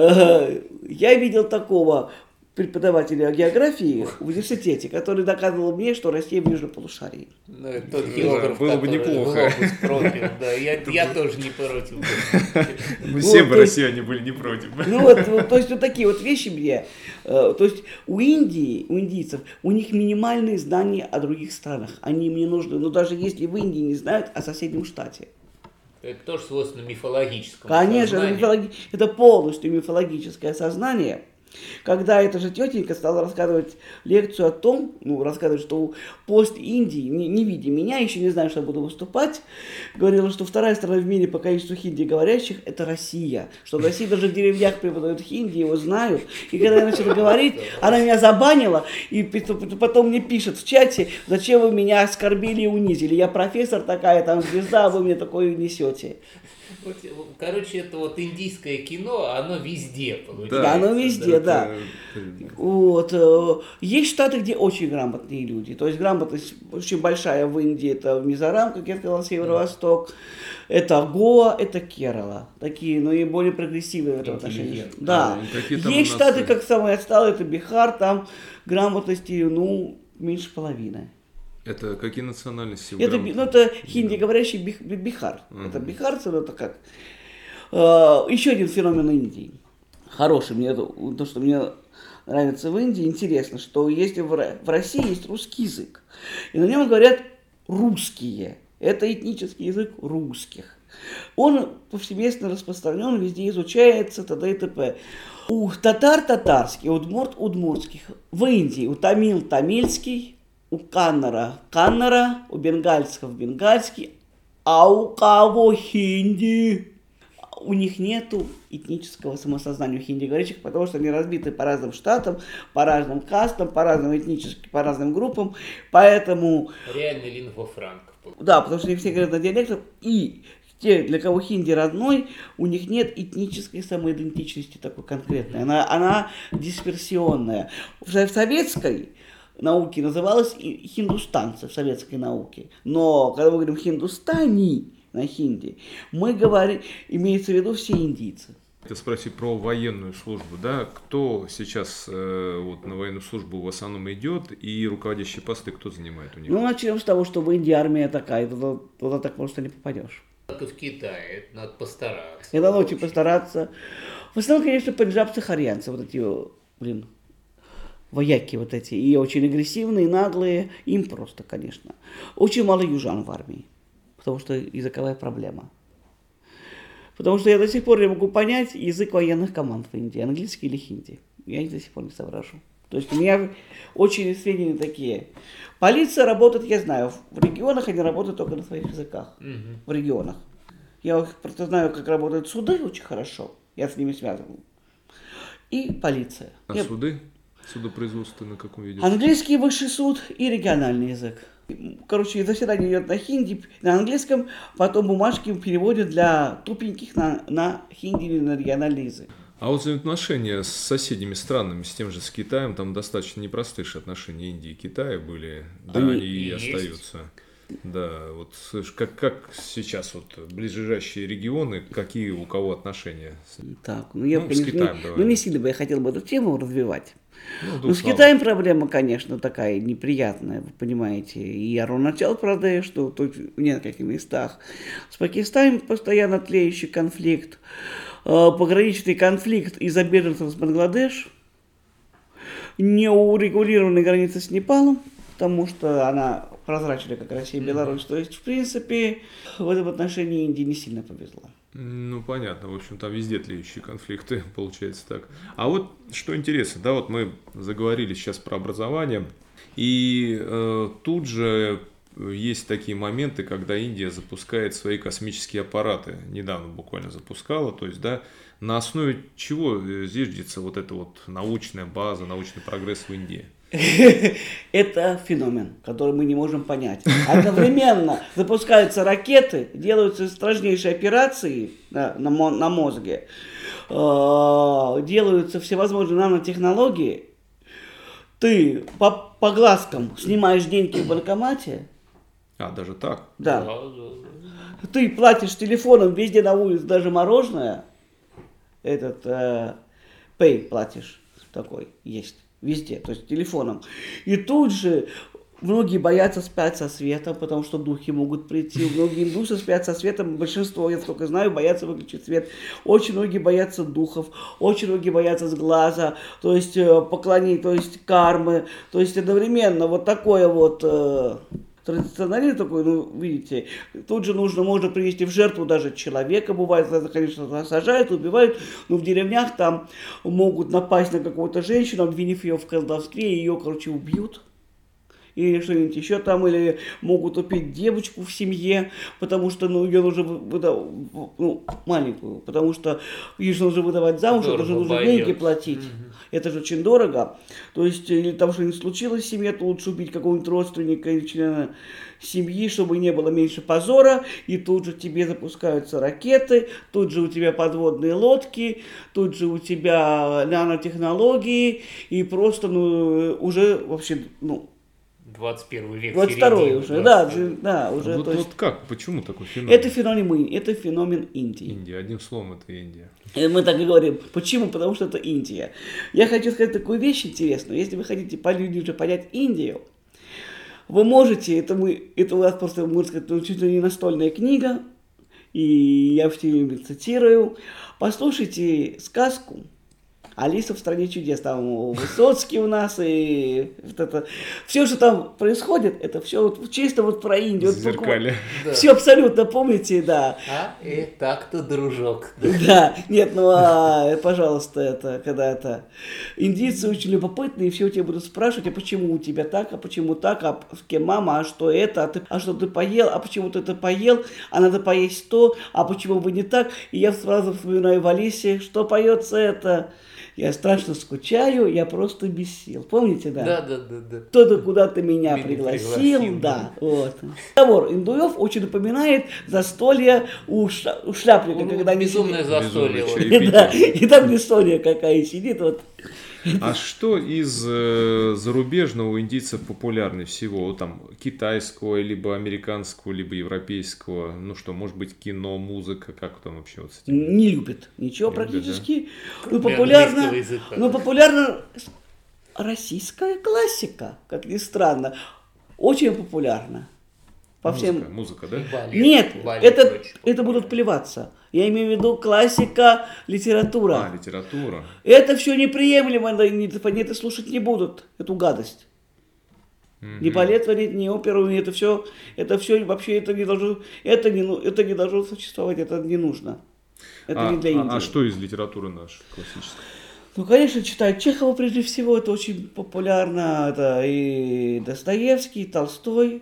Я видел такого преподавателя географии в университете, который доказывал мне, что Россия в южном полушарии. Ну, это тот географ, было бы неплохо. Глобус пропил, да, я тоже не против. Мы все бы россияне были не против. Ну вот, то есть вот такие вот вещи мне. То есть у индийцев, у них минимальные знания о других странах. Они им не нужны. Но даже если в Индии не знают о соседнем штате. Это тоже свойственно мифологическому Конечно, это полностью мифологическое сознание. Когда эта же тетенька стала рассказывать лекцию о том, рассказывать, что пост Индии, не видя меня, еще не знаю, что я буду выступать, говорила, что вторая страна в мире по количеству хинди говорящих – это Россия. Что в России даже в деревнях преподают хинди, его знают. И когда я начала говорить, она меня забанила, и потом мне пишет в чате, зачем вы меня оскорбили и унизили. Я профессор такая, там звезда, а вы мне такое несете. Короче, это вот индийское кино, оно везде получается. Да, оно везде, да. Вот. Есть штаты, где очень грамотные люди. То есть грамотность очень большая в Индии. Это в Мизорам, как я сказал, северо-восток. Это Гоа, это Керала. Такие, но и более прогрессивные в этом отношении. Да. Есть штаты, как самые отсталые, это Бихар, там грамотности, меньше половины. Это какие национальности? Это хинди говорящий Бихар. Это бихарцы, это как. Еще один феномен Индии. Хороший. То, что мне нравится в Индии, интересно, что если в России есть русский язык, и на нем говорят русские. Это этнический язык русских. Он повсеместно распространен, везде изучается, т.д. и т.п. У татар татарский, удмурт удмуртских. В Индии у тамил тамильский, у каннара каннара, у бенгальцев бенгальский, а у кого хинди? У них нету этнического самосознания у хинди говорящих, потому что они разбиты по разным штатам, по разным кастам, по разным этническим, по разным группам, поэтому... Реальный лингва франка. Да, потому что они все говорят на диалектах, и те, для кого хинди родной, у них нет этнической самоидентичности такой конкретной, она дисперсионная. В советской науке называлась хиндустанцы, в советской науке, но когда мы говорим хиндустани, на хинди, мы говорим, имеется в виду все индийцы. Ты спроси про военную службу, да? Кто сейчас на военную службу в основном идет и руководящие посты кто занимает у них? Начнем с того, что в Индии армия такая, туда так просто не попадешь. Как и в Китае, это надо постараться. Это надо очень постараться. В основном, конечно, пенджабцы, харьянцы, вот эти, вояки вот эти, и очень агрессивные, наглые, им просто, конечно. Очень мало южан в армии. Потому что языковая проблема. Потому что я до сих пор не могу понять язык военных команд в Индии, английский или хинди. Я до сих пор не соображу. То есть у меня очень сведения такие. Полиция работает, я знаю, в регионах они работают только на своих языках. В регионах. Я просто знаю, как работают суды очень хорошо. Я с ними связан. И полиция. Суды? Судопроизводство на каком виде? Английский высший суд и региональный язык. Короче, заседание идет на хинди, на английском, потом бумажки переводят для тупеньких на хинди или на региональный язык. А вот взаимоотношения с соседними странами, с тем же с Китаем, там достаточно непростые отношения Индии и Китая были, да, они и остаются. Да, вот как сейчас ближайшие регионы, какие у кого отношения? Так, я, с Китаем, не сильно бы я хотел бы эту тему развивать. С Китаем проблема, конечно, такая неприятная, вы понимаете. И Аруначал Прадеш, что тут в нескольких местах. С Пакистаном постоянно тлеющий конфликт. Пограничный конфликт из-за беженцев с Бангладеш. Неурегулированная граница с Непалом, потому что она прозрачная, как Россия и Беларусь. То есть, в принципе, в этом отношении Индии не сильно повезло. Ну, понятно. В общем, там везде тлеющие конфликты, получается так. А вот что интересно, да, вот мы заговорили сейчас про образование, и тут же есть такие моменты, когда Индия запускает свои космические аппараты. Недавно буквально запускала, то есть, да, на основе чего зиждется вот эта вот научная база, научный прогресс в Индии? Это феномен, который мы не можем понять. Одновременно запускаются ракеты, делаются страшнейшие операции на мозге, делаются всевозможные нанотехнологии. Ты по глазкам снимаешь деньги в банкомате. А, даже так? Да. Ты платишь телефоном везде на улице, даже мороженое. Pay платишь такой есть. Везде, то есть телефоном. И тут же многие боятся спать со светом, потому что духи могут прийти. Многие индусы спят со светом. Большинство, я только знаю, боятся выключить свет. Очень многие боятся духов. Очень многие боятся с глаза. То есть поклонений, то есть кармы. То есть одновременно вот такое вот... традиционализм такой, ну, видите, тут же можно принести в жертву даже человека, бывает, конечно, сажают, убивают, но в деревнях там могут напасть на какую-то женщину, обвинив ее в колдовстве, и ее, короче, убьют. Или что-нибудь еще там, или могут убить девочку в семье, потому что, ну, ее нужно маленькую, потому что ее же нужно выдавать замуж, это же нужно деньги платить. Это же очень дорого. То есть, или там что-нибудь случилось в семье, то лучше убить какого-нибудь родственника или члена семьи, чтобы не было меньше позора, и тут же тебе запускаются ракеты, тут же у тебя подводные лодки, тут же у тебя нанотехнологии, и просто, ну, уже вообще, ну, 21 век. 22-й уже, да, уже. Вот, то есть, вот как, почему такой феномен? Это феномен Индии. Индия, одним словом, это Индия. И мы так и говорим. Почему? Потому что это Индия. Я хочу сказать такую вещь интересную. Если вы хотите уже понять Индию, вы можете, это у нас просто, можно сказать, чуть ли не настольная книга, и я все время цитирую. Послушайте сказку «Алиса в стране чудес», там Высоцкий у нас, и вот это, все, что там происходит, это все вот чисто вот про Индию. Зеркали. Да. Все абсолютно, помните, да. Так-то, дружок. Да, нет, пожалуйста, это, когда это, индийцы очень любопытные, и все у тебя будут спрашивать, а почему у тебя так, а почему так, а с кем мама, а что это, а что ты поел, а почему ты это поел, а надо поесть то, а почему бы не так, и я сразу вспоминаю в Алисе, что поется это. Я страшно скучаю, я просто без сил. Помните, да? Да. Кто-то куда-то меня пригласил, да. Вот. Разговор индуев очень напоминает застолье у шляпника, когда они безумное застолье. Да, и там Бессония какая сидит, вот. А что из зарубежного у индийцев популярнее всего? Там китайского, либо американского, либо европейского? Ну что, может быть, кино, музыка, как там вообще вот с этим? Не любят ничего практически. Да? Ну, популярна российская классика, как ни странно. Очень популярна. По всем... Музыка, да? Балет, Нет, балет это будут плеваться. Я имею в виду классика, литература. А, литература. Это все неприемлемо, они это слушать не будут, эту гадость. Ни балет творить, ни оперу, это все вообще это не должно существовать, это не нужно. Это не для Индии. А что из литературы нашей классической? Ну, конечно, читают Чехова прежде всего, это очень популярно, это и Достоевский, и Толстой.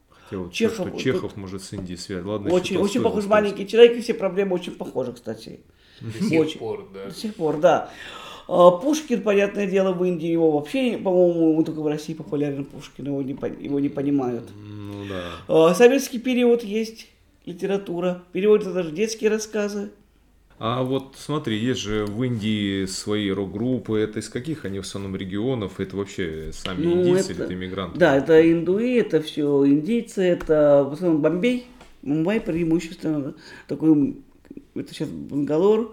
Чехов может с Индией связать. Ладно, очень похож, маленький человек, и все проблемы очень похожи, кстати. До сих пор, да. До сих пор, да. Пушкин, понятное дело, в Индии его вообще, по-моему, только в России популярен Пушкин, его не понимают. Ну да. Советский период есть, литература, переводятся даже детские рассказы. А вот смотри, есть же в Индии свои рок-группы, это из каких они в основном регионов, это вообще сами индийцы или это иммигранты? Да, это индуи, это все индийцы, это в основном Бомбей, Мумбай преимущественно, такой, это сейчас Бангалор.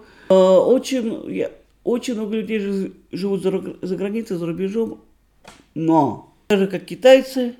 Очень много людей живут за границей, за рубежом, но даже как китайцы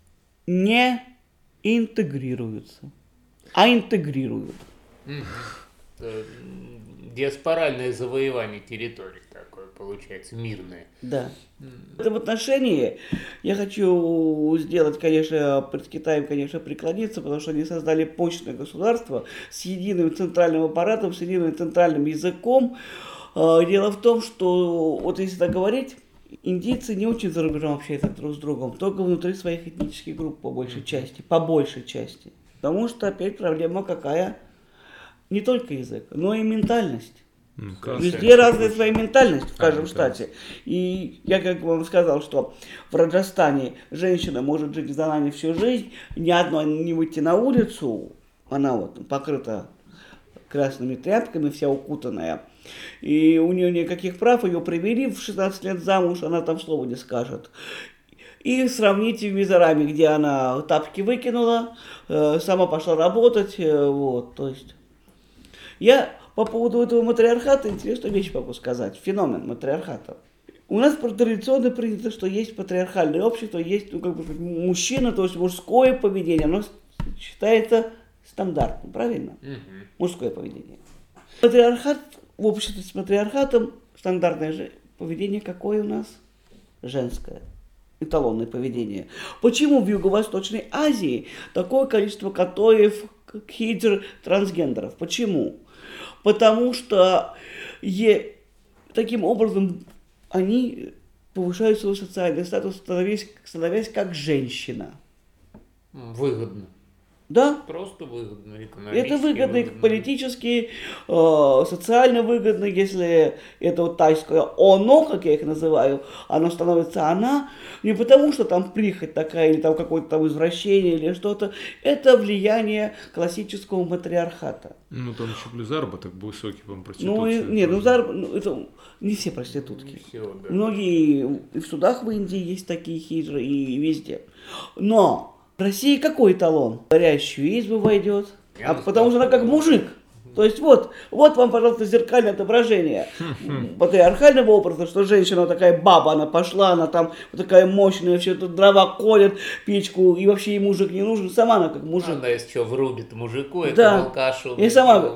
не интегрируются, а интегрируют. Диаспоральное завоевание территорий такое получается, мирное. Да. В этом отношении я хочу сделать, конечно, пред Китаем, конечно, преклониться, потому что они создали мощное государство с единым центральным аппаратом, с единым центральным языком. Дело в том, что, вот если так говорить, индийцы не очень за рубежом общаются друг с другом, только внутри своих этнических групп по большей части, Потому что опять проблема какая? Не только язык, но и ментальность. Везде разная своя ментальность в каждом штате. И я как вам сказал, что в Раджастане женщина может жить в Занане всю жизнь, ни одной не выйти на улицу, она вот покрыта красными тряпками, вся укутанная. И у нее никаких прав, ее привели в 16 лет замуж, она там слова не скажет. И сравните в Мизораме, где она тапки выкинула, сама пошла работать, вот, то есть. Я по поводу этого матриархата интересную вещь могу сказать, феномен матриархата. У нас традиционно принято, что есть патриархальное общество, есть мужчина, то есть мужское поведение, оно считается стандартным, правильно? Мужское поведение. Матриархат, в обществе с матриархатом стандартное же поведение какое у нас? Женское. Эталонное поведение. Почему в Юго-Восточной Азии такое количество катоев, хиджр, трансгендеров? Почему? Потому что таким образом они повышают свой социальный статус, становясь как женщина. Выгодно. Да? Просто выгодно, экономически Это выгодно, политически, социально выгодно, если это вот тайское оно, как я их называю, оно становится она, не потому что там прихоть такая, или там какое-то там извращение, или что-то, это влияние классического матриархата. Ну, там еще плюс заработок высокий, по-моему, проституция. Это не все проститутки. Не все, да. Многие и в судах в Индии есть такие хиджры, и везде. Но в России какой эталон? Горящую избу войдет, потому что она как мужик. То есть вот вам, пожалуйста, зеркальное отображение патриархального образа, что женщина такая баба, она пошла, она там вот такая мощная, все тут дрова колет, печку, и вообще ей мужик не нужен, сама она как мужик. Она если что врубит мужику, это Да, алкашу. и сама,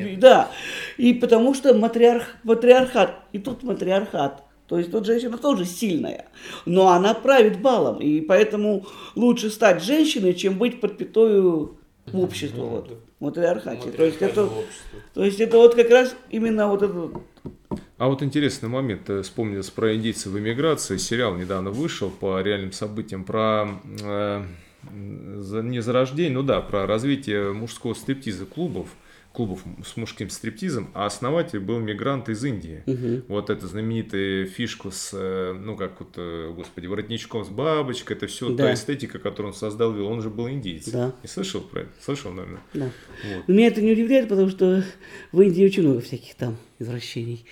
и потому что матриархат, и тут матриархат. То есть тут женщина тоже сильная, но она правит балом, и поэтому лучше стать женщиной, чем быть подпятою в обществе, вот, в матриархате. То есть это вот как раз именно вот это. А вот интересный момент, вспомнилось про индийцев в эмиграции, сериал недавно вышел по реальным событиям про не зарождение, ну да, про развитие мужского стриптиза клубов с мужским стриптизом, а основатель был мигрант из Индии. Вот эта знаменитая фишка с, господи, воротничком с бабочкой, это все та эстетика, которую он создал, он же был индиец. Да. Не слышал про это? Слышал, наверное? Да. Вот. Меня это не удивляет, потому что в Индии очень много всяких там извращений.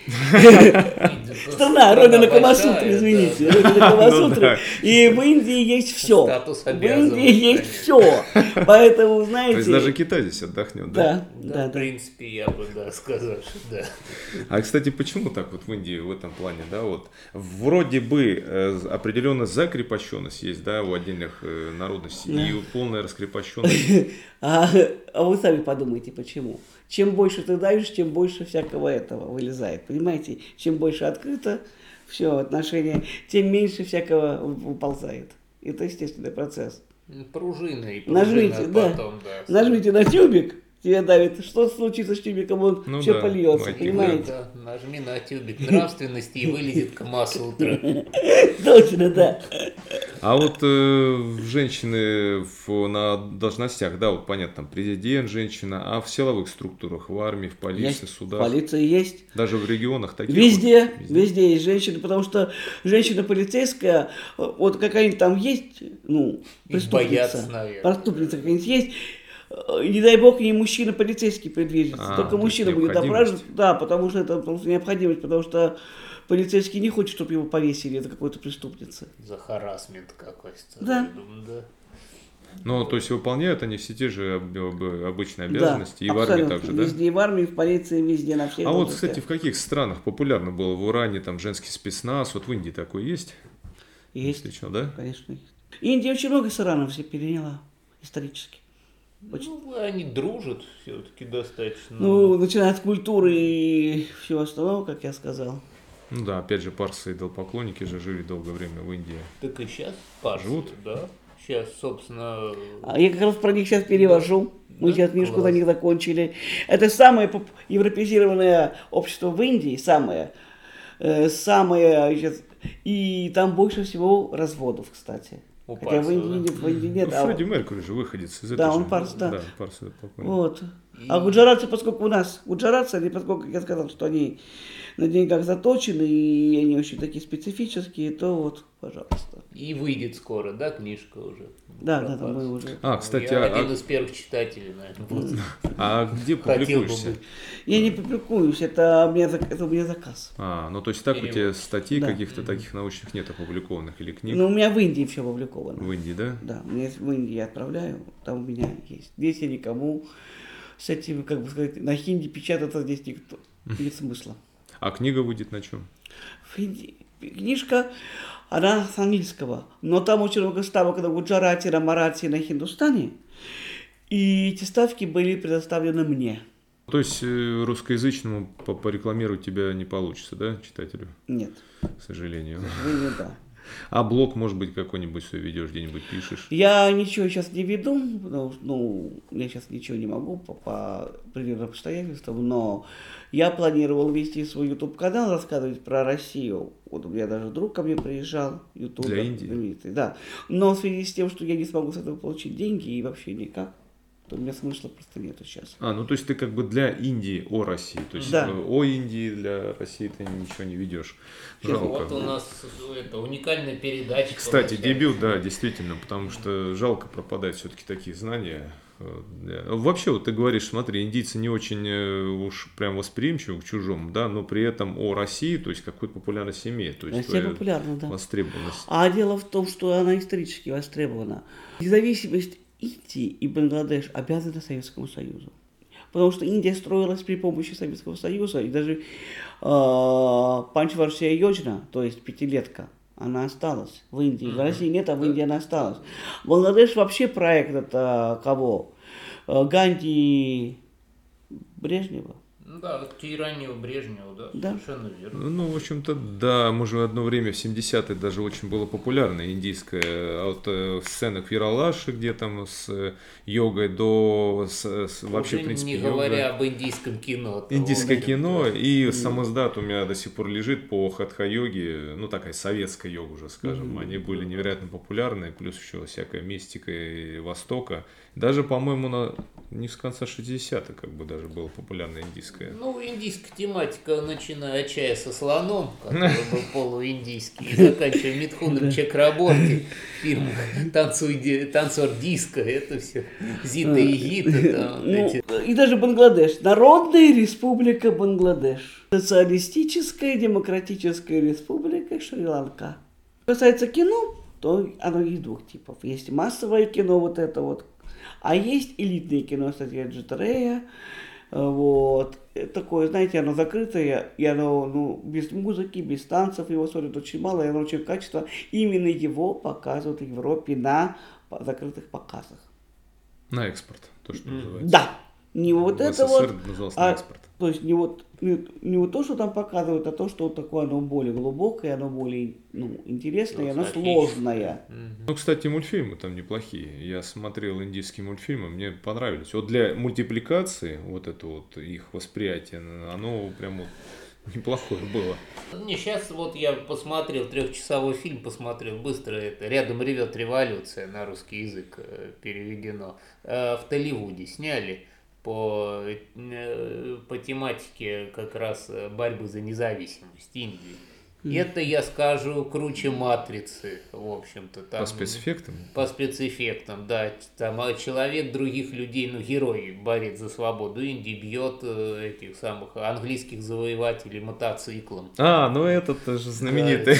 Страна, родина Камасутры, извините. Родина Камасутры. И в Индии есть все. В Индии есть все. Поэтому, знаете... То есть даже Китай здесь отдохнет, да? Да, в принципе, я бы сказал, что да. А, кстати, почему так вот в Индии в этом плане, да, вот вроде бы определенная закрепощенность есть, да, у отдельных народностей и полная раскрепощенность. А вы сами подумайте, почему. Чем больше ты даешь, тем больше всякого этого вылезает. Понимаете? Чем больше открыто все отношения, тем меньше всякого выползает. Это естественный процесс. Пружина и нажмите, потом, да. Нажмите на тюбик, тебе давит. Что случится с тюбиком, он все польется, понимаете? Да, нажми на тюбик нравственности и вылезет Камасутра. Точно, да. А вот женщины на должностях, да, вот понятно, там президент, женщина, а в силовых структурах, в армии, в полиции, в судах? В полиции есть. Даже в регионах таких? Везде есть женщины, потому что женщина полицейская, вот какая-нибудь там есть, преступница какая-нибудь есть, не дай бог, ей мужчина полицейский предвижется. Только мужчина будет допрашивать. Да, потому что это просто необходимость, потому что полицейский не хочет, чтобы его повесили, это какой-то преступница. За харассмент какой-то. Да. Ну, то есть выполняют они все те же обычные обязанности, да, и в армии также, да? Везде, и в армии, и в полиции, везде, на всех. А вот, кстати, в каких странах популярно было? В Иране там женский спецназ, вот в Индии такой есть? Есть. Встречал, да? Конечно, есть. Индия очень много с Ираном все переняла исторически. Ну, они дружат все-таки достаточно. Ну, начиная от культуры и всего остального, как я сказал. Ну да, опять же, парсы и идолопоклонники же жили долгое время в Индии. Так и сейчас парсы, Живут? да. Сейчас, собственно... А я как раз про них сейчас перевожу. Мы Да, сейчас книжку за класс. них закончили. Это самое европеизированное общество в Индии, самое сейчас. И там больше всего разводов, кстати. У Хотя в парсов, Индии да? нет, в Индии нет. Ну, Фредди Меркьюри же выходец из этой Да, же. он парс, да. Да, парсы идолопоклонники. Вот. А гуджаратцы, поскольку у нас гуджаратцы, они, поскольку я сказал, что они на деньгах заточены, и они очень такие специфические, то вот, пожалуйста. И выйдет скоро, да, книжка уже? Да, про да, да, мы парсов. уже. А, кстати, Я один из первых читателей, наверное, буду. а где Хотел бы публикуешься? быть. Я не публикуюсь, это у меня заказ. А, ну то есть так у Перевод. тебя статей Да. каких-то таких научных нет опубликованных или книг Но у меня в Индии все опубликовано. в Индии, да? Да, мне в Индии я отправляю, там у меня есть. Здесь я никому с этим, как бы сказать, на хинди печататься здесь никто. Нет смысла. А книга выйдет на чем? В Индии книжка, она с английского, но там очень много ставок на гуджарате, на марате, на хиндустане. И эти ставки были предоставлены мне. То есть русскоязычному порекламировать тебя не получится, да, читателю, Нет, к сожалению. к сожалению, да. А блог, может быть, какой-нибудь свой ведешь, где-нибудь пишешь? Я ничего сейчас не веду, потому что, я сейчас ничего не могу по определенным обстоятельствам, но я планировал вести свой YouTube-канал, рассказывать про Россию. Вот у меня даже друг ко мне приезжал, ютубер. Для Индии? знаменитый, да. Но в связи с тем, что я не смогу с этого получить деньги и вообще никак, то у меня смысла просто нету сейчас. А, ну то есть ты как бы для Индии о России, то есть Да. о Индии для России ты ничего не ведешь. Жалко. Вот у нас это уникальная передача. Кстати, получается. дебют, да, действительно, потому что жалко пропадать все-таки такие знания. Вообще, вот ты говоришь, смотри, индийцы не очень уж прям восприимчивы к чужому, да, но при этом о России, то есть какую-то популярность имеет, то есть Россия твоя популярна, да. востребованность. А дело в том, что она исторически востребована. Независимость Индии и Бангладеш обязаны Советскому Союзу. Потому что Индия строилась при помощи Советского Союза, и даже Панчваршия Йоджна, то есть пятилетка, она осталась в Индии. В России нет, а в Индии она осталась. Бангладеш вообще проект это кого? Ганди Брежнева. Ну да, тиранию Брежнева, да, Да. совершенно верно. Ну, в общем-то, да, мы же одно время в 70-е даже очень было популярно индийское, от сценок Яралаши, где там с йогой до вообще, Уже в принципе, не йога. говоря об индийском кино. то, Индийское в общем-то, кино, и самоздат у меня до сих пор лежит по хатха-йоге, ну такая советская йога уже, скажем. Они были невероятно популярны, плюс еще всякая мистика и Востока. Даже, по-моему, не с конца 60-х как бы даже было популярно индийское. Ну, индийская тематика, начиная от чая со слоном, который был полуиндийский, и заканчивая Митхуном Чакраборти, фильм «Танцор диско», это все Зита и Гита. Там, вот эти. И даже Бангладеш. Народная республика Бангладеш. Социалистическая демократическая республика Шри-Ланка. Что касается кино, то оно есть двух типов. Есть массовое кино, вот это вот. А есть элитное кино, кстати, Джитарея. Вот. Такое, знаете, оно закрытое, и оно без музыки, без танцев, его смотрят очень мало, и оно очень качественно. Именно его показывают в Европе на закрытых показах. На экспорт, то, что называется. Да. Не вот В это вот, СССР называлось на экспорт. то есть не вот то, что там показывают, а то, что вот такое оно более глубокое, оно более интересное, оно сложное. Ну, кстати, мультфильмы там неплохие. Я смотрел индийские мультфильмы, мне понравились. Вот для мультипликации, вот это вот их восприятие, оно прям вот неплохое было. Не, сейчас вот я посмотрел, 3-часовой фильм посмотрел, быстро это «Рядом ревет революция», на русский язык переведено. В Толливуде сняли по тематике как раз борьбы за независимость Индии. Это, я скажу, круче «Матрицы», в общем-то. Там, По спецэффектам? По спецэффектам, да. Там человек других людей, герой, борец за свободу Индии, бьет этих самых английских завоевателей мотоциклом. А, ну этот же знаменитый.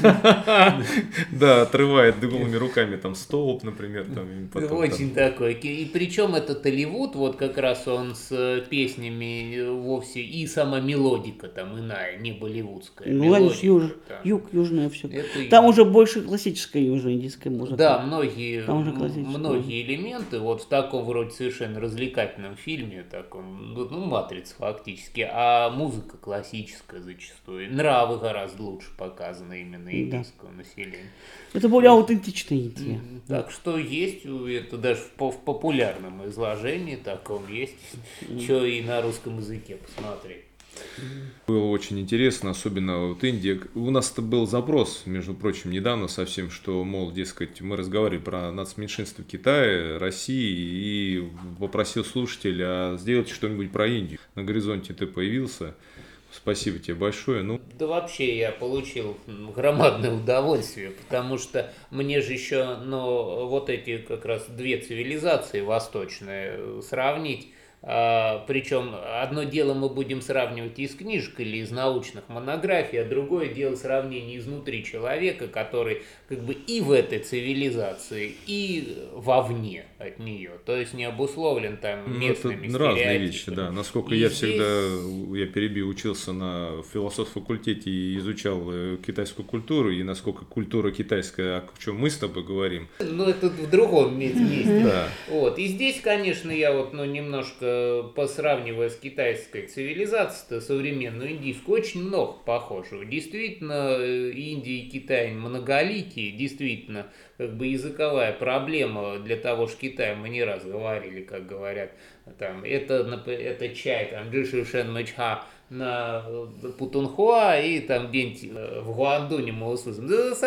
Да, отрывает голыми руками там столб, например. Очень такой. И причем это Толливуд, вот как раз он с песнями вовсе, и сама мелодика там иная, не болливудская. Ну, они с Юг, южная все. Это Там юг. уже больше классическая южно-индийская музыка. Да, многие Там уже классическая. элементы вот в таком вроде совершенно развлекательном фильме, таком, ну, «Матрица» фактически, а музыка классическая зачастую. Нравы гораздо лучше показаны именно индийского населения. Это более аутентичная Индия. Так что есть, это даже в популярном изложении таком есть, что и на русском языке посмотреть. Было очень интересно, особенно вот Индия. У нас-то был запрос, между прочим, недавно совсем, что, мол, дескать, мы разговаривали про нацменьшинство Китая, России, и попросил слушателя сделать что-нибудь про Индию. На горизонте ты появился. Спасибо тебе большое. Ну, Да вообще я получил громадное удовольствие, потому что мне же еще, ну, вот эти как раз две цивилизации восточные сравнить. Причем одно дело мы будем сравнивать из книжек или из научных монографий, а другое дело сравнение изнутри человека, который как бы и в этой цивилизации, и вовне от нее. То есть не обусловлен там местными это разные стереотипами. вещи, да. Насколько И я здесь- всегда, я перебил, учился на философском факультете и изучал китайскую культуру, и насколько культура китайская, о чем мы с тобой говорим. Ну, это в другом месте. Да. Вот. И здесь, конечно, я вот, ну, немножко посравнивая с китайской цивилизацией, современную индийскую, очень много похожего. Действительно, Индия и Китай многоликие, действительно, как бы языковая проблема для того же Китая, мы не раз говорили, как говорят, там, это чай, там, джиши шен мэчха на Путунхуа, и там где-нибудь в Гуандуне мы услышим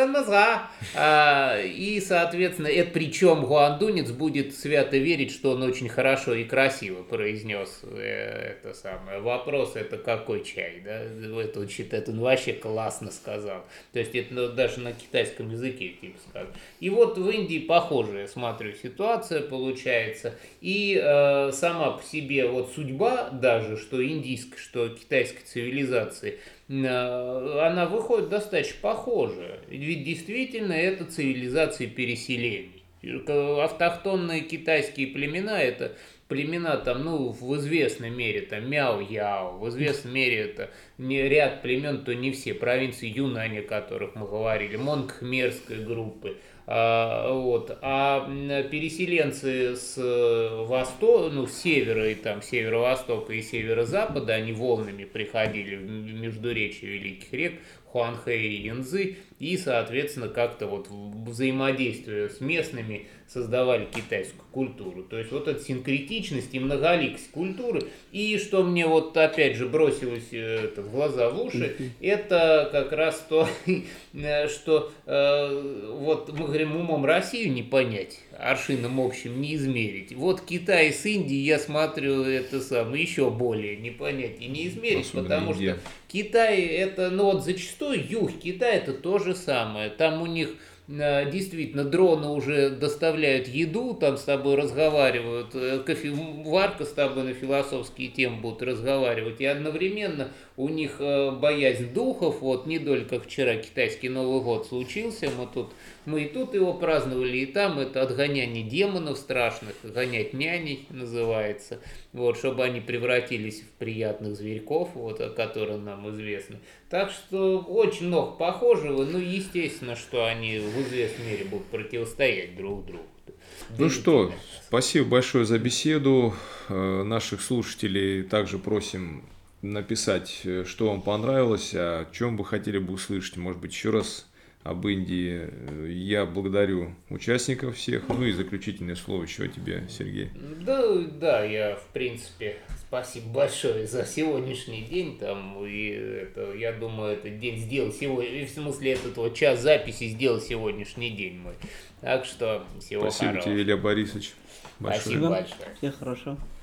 и, соответственно, это причем гуандунец будет свято верить, что он очень хорошо и красиво произнес это самое. Вопрос, это какой чай, да? Это он считает, он вообще классно сказал. То есть это даже на китайском языке типа сказано. И вот в Индии похожая, смотрю, ситуация получается. И сама по себе вот судьба даже, что индийской, что китайской цивилизации, она выходит достаточно похожая. Ведь действительно это цивилизации переселений. Автохтонные китайские племена — это племена там, ну, в известной мере, там, Мяо-Яо, в известной мере это не ряд племен, то не все провинции Юнани, о которых мы говорили, Монгхмерской группы. Вот. А переселенцы с с севера и там северо-востока и северо-запада, они волнами приходили в междуречье великих рек, Хуанхэ и Янцзы, и, соответственно, как-то вот взаимодействуя с местными создавали китайскую культуру. То есть вот эта синкретичность и многоликость культуры. И что мне вот опять же бросилось в глаза, в уши, это как раз то, что вот мы говорим, умом Россию не понять, аршином общим не измерить. Вот Китай с Индией, я смотрю, это самое еще более не понять и не измерить, Особенно потому Индия. что Китай это, ну вот зачастую юг Китая это то же самое. Там у них действительно дроны уже доставляют еду, там с тобой разговаривают, кофеварка с тобой на философские темы будут разговаривать, и одновременно у них боязнь духов, вот не только вчера китайский Новый год случился, мы и тут его праздновали, и там это отгоняние демонов страшных, гонять няней называется, вот, чтобы они превратились в приятных зверьков, вот, которые нам известны. Так что очень много похожего, ну, естественно, что они в известной мере будут противостоять друг другу. Ну что, спасибо большое за беседу. Наших слушателей также просим написать, что вам понравилось, о чем вы хотели бы услышать, может быть, еще раз об Индии. Я благодарю участников всех. Ну и заключительное слово еще тебе, Сергей. Да, я, в принципе, спасибо большое за сегодняшний день. Там, и это, я думаю, этот день сделал сегодня, в смысле, этот вот час записи сделал сегодняшний день мой. Так что всего Спасибо хорошего. тебе, Илья Борисович. Большое. Спасибо большое. Всего хорошего.